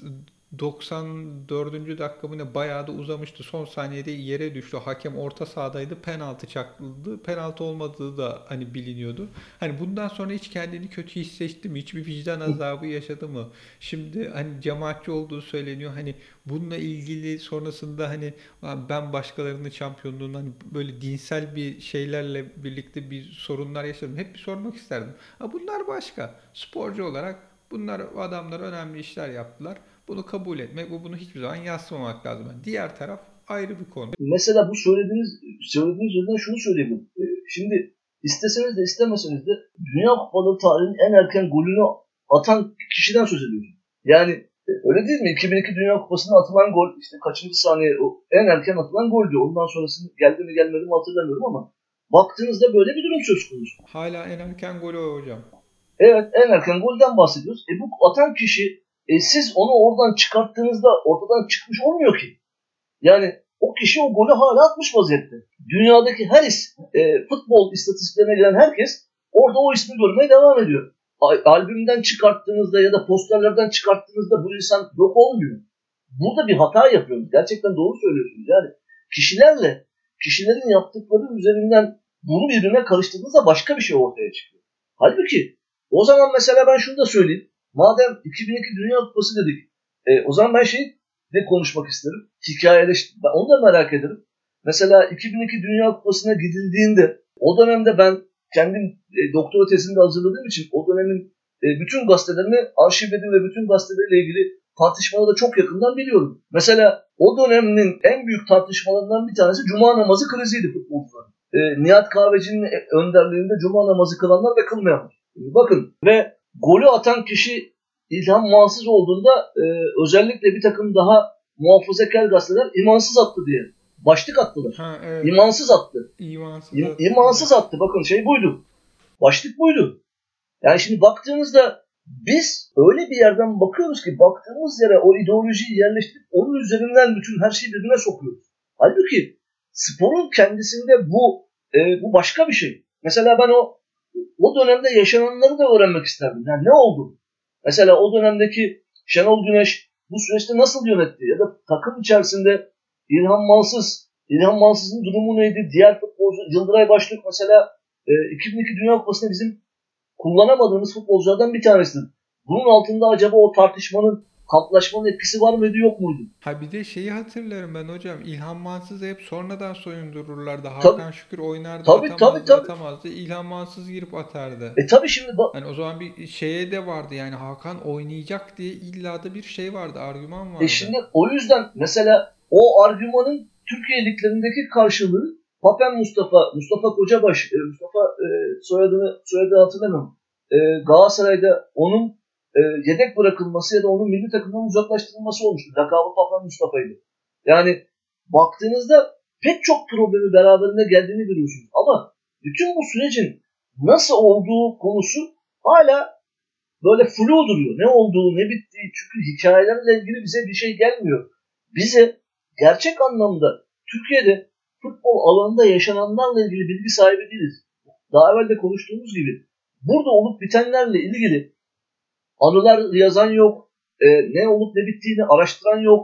Speaker 1: doksan dördüncü dakika mı ne bayağı da uzamıştı. Son saniyede yere düştü. Hakem orta sahadaydı. Penaltı çakıldı. Penaltı olmadığı da hani biliniyordu. Hani bundan sonra hiç kendini kötü hissetti mi? Hiçbir vicdan azabı yaşadı mı? Şimdi hani cemaatçi olduğu söyleniyor. Hani bununla ilgili sonrasında hani ben başkalarının şampiyonluğunu hani böyle dinsel bir şeylerle birlikte bir sorunlar yaşadım. Hep bir sormak isterdim. Ha bunlar başka. Sporcu olarak bunlar adamlar önemli işler yaptılar. Bunu kabul etmek ve bunu hiçbir zaman yadsımamak lazım. Yani diğer taraf ayrı bir konu.
Speaker 2: Mesela bu söylediğiniz söylediğiniz yüzden şunu söyleyeyim. Ee, Şimdi isteseniz de istemeseniz de Dünya Kupaları tarihinin en erken golünü atan kişiden söz ediyoruz. Yani e, öyle değil mi? iki bin iki Dünya Kupası'nda atılan gol işte kaçıncı saniye o en erken atılan goldü. Ondan sonrasını geldi mi gelmedi mi hatırlamıyorum ama baktığınızda böyle bir durum söz konusu.
Speaker 1: Hala en erken golü o hocam.
Speaker 2: Evet, en erken golden bahsediyoruz. E bu atan kişi e, siz onu oradan çıkarttığınızda ortadan çıkmış olmuyor ki. Yani o kişi o golü hala atmış vaziyette. Dünyadaki her is, e, futbol istatistiklerine giren herkes orada o ismi görmeye devam ediyor. A- albümden çıkarttığınızda ya da posterlerden çıkarttığınızda bu insan yok olmuyor. Burada bir hata yapıyoruz. Gerçekten doğru söylüyorsunuz. Yani kişilerle, kişilerin yaptıkları üzerinden bunu birbirine karıştırdığınızda başka bir şey ortaya çıkıyor. Halbuki o zaman mesela ben şunu da söyleyeyim. Madem iki bin iki Dünya Kupası dedik, e, o zaman ben şey de konuşmak isterim. Hikayeleştir. Ben onu da merak ederim. Mesela iki bin iki Dünya Kupası'na gidildiğinde o dönemde ben kendim e, doktora tezini de hazırladığım için o dönemin e, bütün gazetelerini arşivledim ve bütün gazetelerle ilgili tartışmaları da çok yakından biliyorum. Mesela o dönemin en büyük tartışmalarından bir tanesi Cuma namazı kriziydi futbolcuların. E, Nihat Kahveci'nin önderliğinde Cuma namazı kılanlar ve kılmayanlar. Bakın ve golü atan kişi İlham Mansız olduğunda e, özellikle bir takım daha muhafazakar gazeteler imansız attı diye başlık attılar.
Speaker 1: Ha evet.
Speaker 2: İmansız attı.
Speaker 1: İmansız
Speaker 2: İm,
Speaker 1: attı.
Speaker 2: imansız attı. Bakın şey buydu. Başlık buydu. Yani şimdi baktığımızda biz öyle bir yerden bakıyoruz ki baktığımız yere o ideolojiyi yerleştirip onun üzerinden bütün her şeyi birbirine sokuyoruz. Halbuki sporun kendisinde bu e, bu başka bir şey. Mesela ben o o dönemde yaşananları da öğrenmek isterdim. Yani ne oldu? Mesela o dönemdeki Şenol Güneş bu süreçte nasıl yönetti? Ya da takım içerisinde İlhan Mansız, İlhan Mansız'ın durumu neydi? Diğer futbolcu Yıldıray Başlık mesela e, iki bin iki Dünya Kupası'nda bizim kullanamadığımız futbolculardan bir tanesidir. Bunun altında acaba o tartışmanın, kamplaşmanın etkisi var mıydı yok muydu?
Speaker 1: Ha bir de şeyi hatırlarım ben hocam. İlhan Mansız'ı hep sonradan soyundururlardı.
Speaker 2: Tabii
Speaker 1: Hakan Şükür oynardı,
Speaker 2: tabii tabii.
Speaker 1: atamazdı,
Speaker 2: tabii.
Speaker 1: atamazdı. İlhan Mansız girip atardı.
Speaker 2: E tabii şimdi bak.
Speaker 1: Hani o zaman bir şeye de vardı yani Hakan oynayacak diye illa da bir şey vardı, argüman
Speaker 2: E
Speaker 1: vardı.
Speaker 2: şimdi o yüzden mesela o argümanın Türkiye liglerindeki karşılığı Papen Mustafa, Mustafa Kocabaş, e, Mustafa e, soyadını soyadını hatırlamıyorum. E, Galatasaray'da onun e, yedek bırakılması ya da onun milli takımdan uzaklaştırılması olmuştu. Lakabı Papen Mustafa'ydı. Yani baktığınızda pek çok problemi beraberinde geldiğini görüyorsunuz. Ama bütün bu sürecin nasıl olduğu konusu hala böyle flu duruyor. Ne olduğu, ne bittiği. Çünkü hikayelerle ilgili bize bir şey gelmiyor. Bize gerçek anlamda Türkiye'de futbol alanında yaşananlarla ilgili bilgi sahibi değiliz. Daha evvel de konuştuğumuz gibi burada olup bitenlerle ilgili anılar yazan yok, e, ne olup ne bittiğini araştıran yok.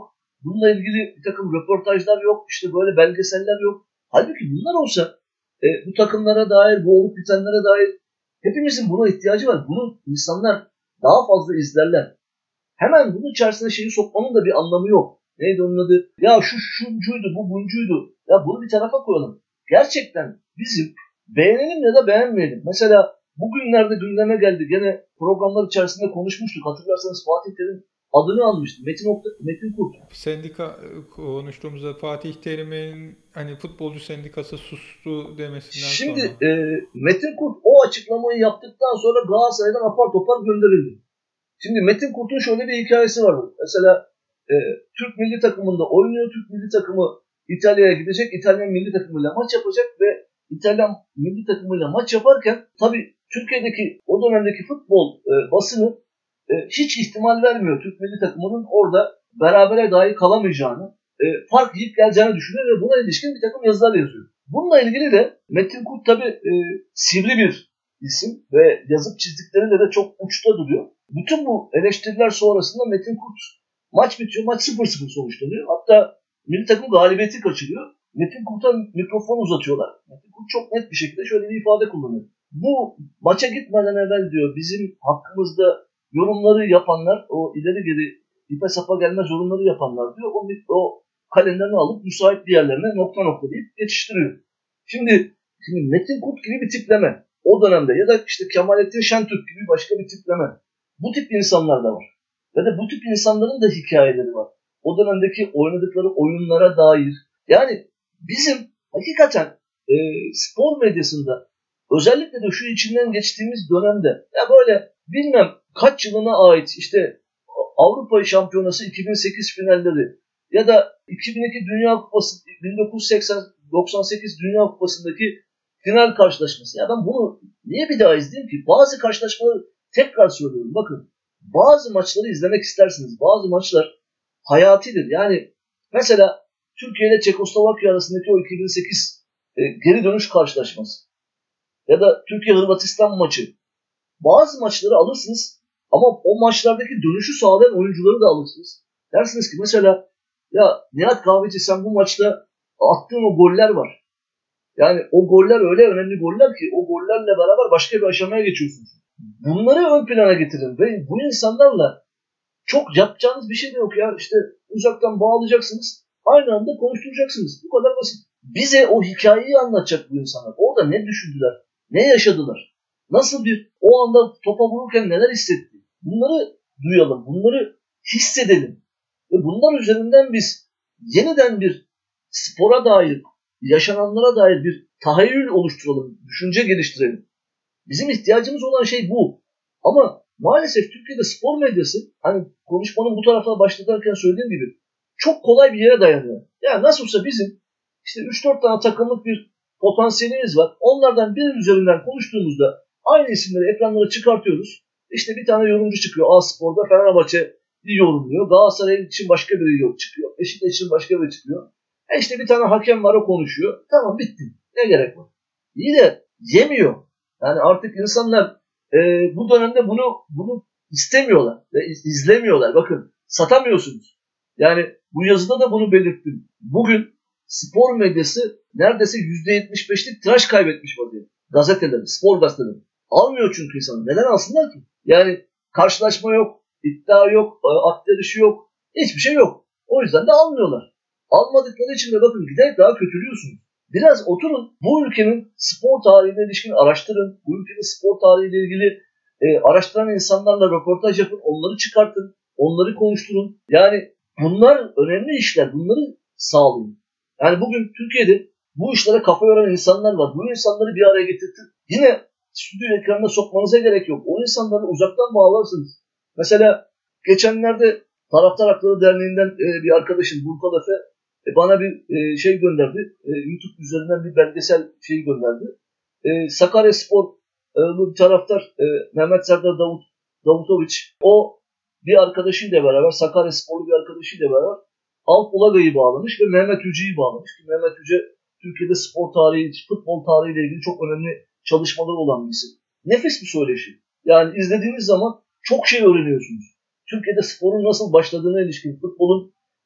Speaker 2: Bununla ilgili bir takım röportajlar yok, işte böyle belgeseller yok. Halbuki bunlar olsa e, bu takımlara dair, bu olup bitenlere dair hepimizin buna ihtiyacı var. Bunu insanlar daha fazla izlerler. Hemen bunun içerisine şeyi sokmanın da bir anlamı yok. Neydi onun adı? Ya şu şuncuydu, bu buncuydu. Ya bunu bir tarafa koyalım. Gerçekten bizim beğenelim ya da beğenmeyelim. Mesela bugünlerde gündeme geldi. Gene programlar içerisinde konuşmuştuk. Hatırlarsanız Fatih Terim adını almıştı. Metin, Okta, Metin Kurt.
Speaker 1: Sendika konuştuğumuzda Fatih Terim'in hani futbolcu sendikası sustu demesinden
Speaker 2: Şimdi,
Speaker 1: sonra.
Speaker 2: Şimdi e, Metin Kurt o açıklamayı yaptıktan sonra Galatasaray'dan apar topar gönderildi. Şimdi Metin Kurt'un şöyle bir hikayesi var. Mesela e, Türk milli takımında oynuyor. Türk milli takımı İtalya'ya gidecek. İtalyan milli takımıyla maç yapacak ve İtalyan milli takımıyla maç yaparken tabii Türkiye'deki o dönemdeki futbol e, basını e, hiç ihtimal vermiyor Türk milli takımının orada berabere dahi kalamayacağını, e, fark yiyip geleceğini düşünüyor ve buna ilişkin bir takım yazılar yazıyor. Bununla ilgili de Metin Kurt tabii e, sivri bir isim ve yazıp çizdikleriyle de çok uçta duruyor. Bütün bu eleştiriler sonrasında Metin Kurt maç bitiyor, maç sıfır sıfır sonuçlanıyor. Hatta milli takım galibiyeti kaçırıyor. Metin Kurt'a mikrofon uzatıyorlar. Metin Kurt çok net bir şekilde şöyle bir ifade kullanıyor. Bu maça gitmeden evvel diyor bizim hakkımızda yorumları yapanlar, o ileri geri ipe sapa gelmez yorumları yapanlar diyor. O, o kalemlerini alıp müsait bir yerlerine nokta nokta deyip geçiştiriyor. Şimdi, şimdi Metin Kurt gibi bir tipleme o dönemde ya da işte Kemalettin Şentürk gibi başka bir tipleme. Bu tip insanlar da var. Ve de bu tip insanların da hikayeleri var. O dönemdeki oynadıkları oyunlara dair. Yani bizim hakikaten e, spor medyasında özellikle de şu içinden geçtiğimiz dönemde ya böyle bilmem kaç yılına ait işte Avrupa Şampiyonası iki bin sekiz finalleri ya da iki bin iki Dünya Kupası bin dokuz yüz seksen doksan sekiz Dünya Kupası'ndaki final karşılaşması. Ya ben bunu niye bir daha izleyeyim ki? Bazı karşılaşmaları tekrar söylüyorum. Bakın bazı maçları izlemek istersiniz. Bazı maçlar hayatidir. Yani mesela Türkiye ile Çekoslovakya arasındaki o iki bin sekiz e, geri dönüş karşılaşması ya da Türkiye-Hırvatistan maçı. Bazı maçları alırsınız ama o maçlardaki dönüşü sağlayan oyuncuları da alırsınız. Dersiniz ki mesela ya Nihat Kahveci sen bu maçta attığın o goller var. Yani o goller öyle önemli goller ki o gollerle beraber başka bir aşamaya geçiyorsunuz. Bunları ön plana getirin ve bu insanlarla çok yapacağınız bir şey de yok ya. İşte uzaktan bağlayacaksınız, aynı anda konuşturacaksınız. Bu kadar basit. Bize o hikayeyi anlatacak bu insanlar. Orada ne düşündüler, ne yaşadılar, nasıl bir o anda topa vururken neler hissetti. Bunları duyalım, bunları hissedelim. Ve bunlar üzerinden biz yeniden bir spora dair, yaşananlara dair bir tahayyül oluşturalım, düşünce geliştirelim. Bizim ihtiyacımız olan şey bu. Ama maalesef Türkiye'de spor medyası, hani konuşmanın bu tarafına başlarken söylediğim gibi çok kolay bir yere dayanıyor. Yani nasılsa bizim işte üç dört tane takımlık bir potansiyelimiz var. Onlardan bir üzerinden konuştuğumuzda aynı isimleri ekranlara çıkartıyoruz. İşte bir tane yorumcu çıkıyor. A Spor'da Fenerbahçe yorumluyor. Galatasaray için başka biri çıkıyor. Beşiktaş için başka biri çıkıyor. E işte bir tane hakem var o konuşuyor. Tamam bitti. Ne gerek var? İyi de yemiyor. Yani artık insanlar e, bu dönemde bunu bunu istemiyorlar ve izlemiyorlar. Bakın satamıyorsunuz. Yani bu yazıda da bunu belirttim. Bugün spor medyası neredeyse yüzde yetmiş beşlik tiraj kaybetmiş vaziyette. Gazeteleri, spor gazeteleri. Almıyor çünkü insanlar. Neden alsınlar ki? Yani karşılaşma yok, iddia yok, at yarışı yok, hiçbir şey yok. O yüzden de almıyorlar. Almadıkları için de bakın giderek daha kötülüyorsunuz. Biraz oturun bu ülkenin spor tarihine ilişkin araştırın. Bu ülkenin spor tarihiyle ilgili e, araştıran insanlarla röportaj yapın. Onları çıkartın. Onları konuşturun. Yani bunlar önemli işler. Bunları sağlayın. Yani bugün Türkiye'de bu işlere kafa yoran insanlar var. Bu insanları bir araya getirtin. Yine stüdyo ekranına sokmanıza gerek yok. O insanları uzaktan bağlarsınız. Mesela geçenlerde Taraftar Hakları Derneği'nden e, bir arkadaşım Burkan Efe e, bana bir e, şey gönderdi. E, YouTube üzerinden bir belgesel şeyi gönderdi. E, Sakaryaspor'lu bir taraftar e, Mehmet Serdar Davut Davutoviç o bir arkadaşıyla beraber Sakaryaspor'lu bir arkadaşıyla beraber Alp Ulagay'ı bağlamış ve Mehmet Yüce'yi bağlamış. Mehmet Yüce Türkiye'de spor tarihi, futbol tarihiyle ilgili çok önemli çalışmaları olan bir isim. Nefis bir söyleşi. Yani izlediğiniz zaman çok şey öğreniyorsunuz. Türkiye'de sporun nasıl başladığına ilişkin, futbolun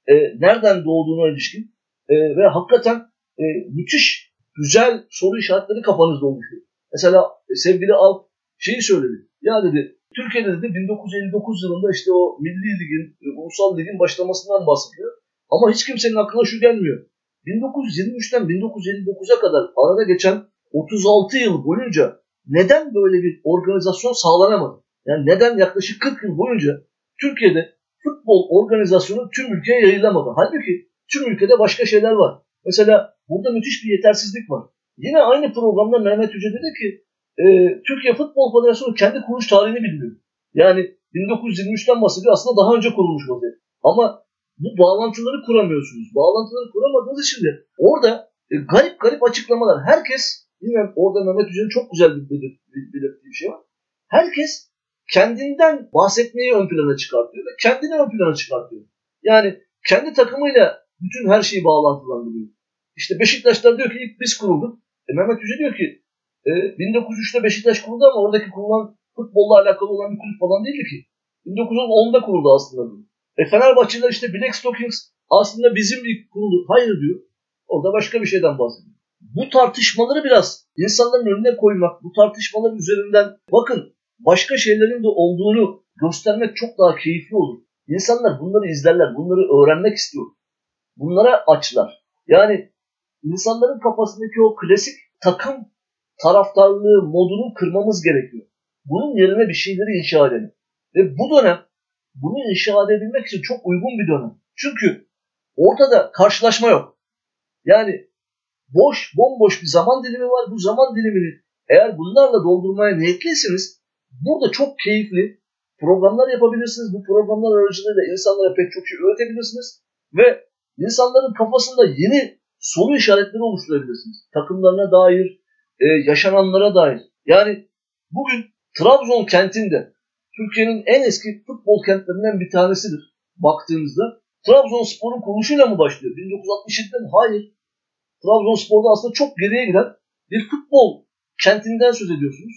Speaker 2: e, nereden doğduğuna ilişkin e, ve hakikaten e, müthiş güzel soru işaretleri kafanızda oluşuyor. Mesela e, sevgili Alp şeyi söyledi. Ya dedi Türkiye'de dedi bin dokuz yüz elli dokuz yılında işte o Milli Lig'in, Ulusal Lig'in başlamasından bahsediyor. Ama hiç kimsenin aklına şu gelmiyor. bin dokuz yüz yirmi üçten bin dokuz yüz elli dokuza kadar arada geçen otuz altı yıl boyunca neden böyle bir organizasyon sağlanamadı? Yani neden yaklaşık kırk yıl boyunca Türkiye'de futbol organizasyonu tüm ülkeye yayılamadı? Halbuki tüm ülkede başka şeyler var. Mesela burada müthiş bir yetersizlik var. Yine aynı programda Mehmet Yüce dedi ki e, Türkiye Futbol Federasyonu kendi kuruluş tarihini bilmiyor. Yani bin dokuz yüz yirmi üçten bahsediyor, aslında daha önce kurulmuş vaziyette. Ama bu bağlantıları kuramıyorsunuz. Bağlantıları kuramadığınız için de orada e, garip garip açıklamalar. Herkes, yine orada Mehmet Yüce'nin çok güzel bir belirttiği bir şey var. Herkes kendinden bahsetmeyi ön plana çıkartıyor ve kendini ön plana çıkartıyor. Yani kendi takımıyla bütün her şeyi bağlantılandırıyor. İşte Beşiktaşlar diyor ki ilk biz kurulduk. E Mehmet Yüce diyor ki e, bin dokuz yüz üçte Beşiktaş kuruldu ama oradaki kurulan futbolla alakalı olan bir kulüp falan değildi ki. bin dokuz yüz onda kuruldu aslında diyor. E Fenerbahçeliler işte Black Stockings aslında bizim ilk kuruldu. Hayır diyor. Orada başka bir şeyden bahsediyor. Bu tartışmaları biraz insanların önüne koymak, bu tartışmaların üzerinden bakın başka şeylerin de olduğunu göstermek çok daha keyifli olur. İnsanlar bunları izlerler, bunları öğrenmek istiyor. Bunlara açlar. Yani insanların kafasındaki o klasik takım taraftarlığı modunu kırmamız gerekiyor. Bunun yerine bir şeyleri inşa edelim. Ve bu dönem bunu inşa edebilmek için çok uygun bir dönem. Çünkü ortada karşılaşma yok. Yani boş, bomboş bir zaman dilimi var. Bu zaman dilimini eğer bunlarla doldurmaya niyetliyseniz burada çok keyifli programlar yapabilirsiniz. Bu programlar aracılığıyla insanlara pek çok şey öğretebilirsiniz. Ve insanların kafasında yeni soru işaretleri oluşturabilirsiniz. Takımlarına dair, e, yaşananlara dair. Yani bugün Trabzon kentinde Türkiye'nin en eski futbol kentlerinden bir tanesidir. Baktığınızda Trabzonspor'un kuruluşuyla mı başlıyor? bin dokuz yüz altmış yedide mi? Hayır. Trabzonspor'da aslında çok geriye giden bir futbol kentinden söz ediyorsunuz.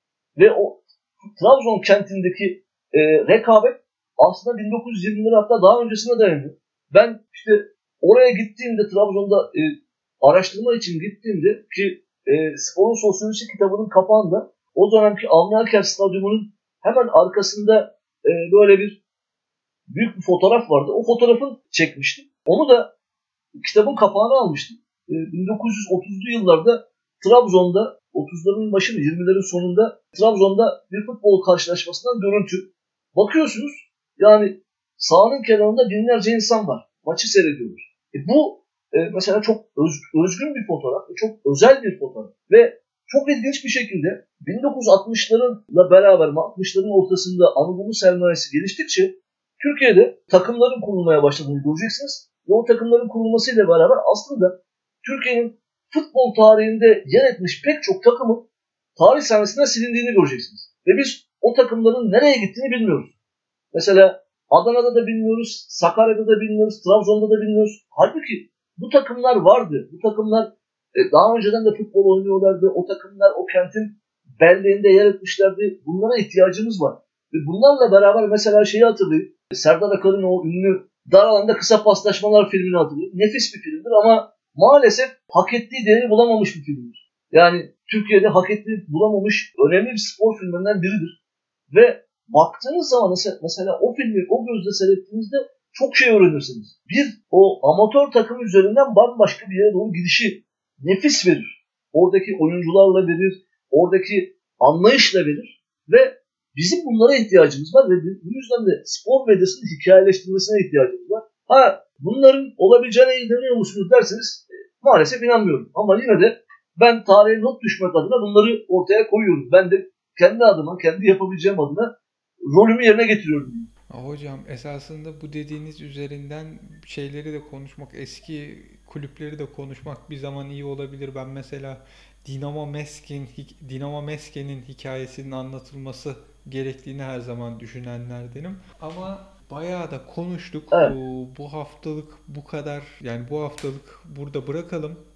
Speaker 2: Ve o Trabzon kentindeki e, rekabet aslında bin dokuz yüz yirmilere hatta daha öncesine dayanıyor. Ben işte oraya gittiğimde Trabzon'da e, araştırma için gittiğimde ki e, Sporun Sosyolojisi kitabının kapağında o dönemki Avni Aker Stadyumu'nun hemen arkasında e, böyle bir büyük bir fotoğraf vardı. O fotoğrafı çekmiştim. Onu da kitabın kapağına almıştım. E, bin dokuz yüz otuzlu yıllarda Trabzon'da otuzların başı mı yirmilerin sonunda Trabzon'da bir futbol karşılaşmasından görüntü. Bakıyorsunuz yani sahanın kenarında binlerce insan var. Maçı seyrediyorlar. E bu e, mesela çok öz, özgün bir fotoğraf. Çok özel bir fotoğraf. Ve çok ilginç bir şekilde bin dokuz yüz altmışlarla beraber altmışların ortasında Anadolu sermayesi geliştikçe Türkiye'de takımların kurulmaya başladığını göreceksiniz. Ve o takımların kurulmasıyla beraber aslında Türkiye'nin futbol tarihinde yer etmiş pek çok takımın tarih sahnesinden silindiğini göreceksiniz. Ve biz o takımların nereye gittiğini bilmiyoruz. Mesela Adana'da da bilmiyoruz, Sakarya'da da bilmiyoruz, Trabzon'da da bilmiyoruz. Halbuki bu takımlar vardı. Bu takımlar daha önceden de futbol oynuyorlardı. O takımlar o kentin belleğinde yer etmişlerdi. Bunlara ihtiyacımız var. Ve bunlarla beraber mesela şeyi hatırlayın. Serdar Akar'ın o ünlü Dar Alanda Kısa Paslaşmalar filmini hatırlayın. Nefis bir filmdir ama maalesef hak ettiği değeri bulamamış bir filmdir. Yani Türkiye'de hak ettiği bulamamış önemli bir spor filmlerinden biridir. Ve baktığınız zaman mesela o filmi o gözle seyrettiğinizde çok şey öğrenirsiniz. Bir, o amatör takım üzerinden bambaşka bir yere doğru gidişi nefis verir. Oradaki oyuncularla verir, oradaki anlayışla verir ve bizim bunlara ihtiyacımız var ve bu yüzden de spor medyasının hikayeleştirmesine ihtiyacımız var. Ha bunların olabileceğine inanıyor musunuz derseniz e, maalesef inanmıyorum. Ama yine de ben tarihe not düşmek adına bunları ortaya koyuyorum. Ben de kendi adıma, kendi yapabileceğim adına rolümü yerine getiriyorum.
Speaker 1: Hocam esasında bu dediğiniz üzerinden şeyleri de konuşmak, eski kulüpleri de konuşmak bir zaman iyi olabilir. Ben mesela Dinamo Mesken, Dinamo Mesken'in hikayesinin anlatılması gerektiğini her zaman düşünenlerdenim. Ama bayağı da konuştuk.
Speaker 2: Evet.
Speaker 1: Bu, bu haftalık bu kadar. Yani bu haftalık burada bırakalım.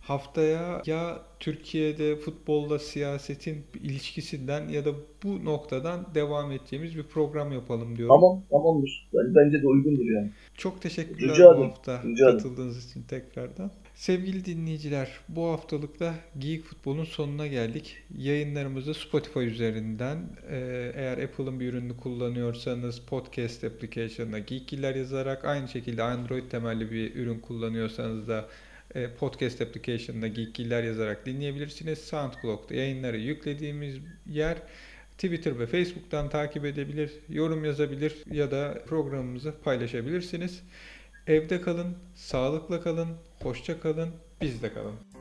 Speaker 1: Haftaya ya Türkiye'de futbolla siyasetin ilişkisinden ya da bu noktadan devam edeceğimiz bir program yapalım diyorum.
Speaker 2: Tamam, tamamdır. Yani bence de uygundur yani.
Speaker 1: Çok teşekkürler
Speaker 2: Rica
Speaker 1: bu
Speaker 2: ederim.
Speaker 1: hafta
Speaker 2: Rica ederim.
Speaker 1: katıldığınız için tekrardan. Sevgili dinleyiciler, bu haftalıkta Geek Futbol'un sonuna geldik. Yayınlarımızı Spotify üzerinden, e, eğer Apple'ın bir ürününü kullanıyorsanız podcast application'ına Geekgiller yazarak, aynı şekilde Android temelli bir ürün kullanıyorsanız da e, podcast application'ına Geekgiller yazarak dinleyebilirsiniz. SoundCloud'da yayınları yüklediğimiz yer. Twitter ve Facebook'tan takip edebilir, yorum yazabilir ya da programımızı paylaşabilirsiniz. Evde kalın, sağlıkla kalın, hoşça kalın, bizde kalın.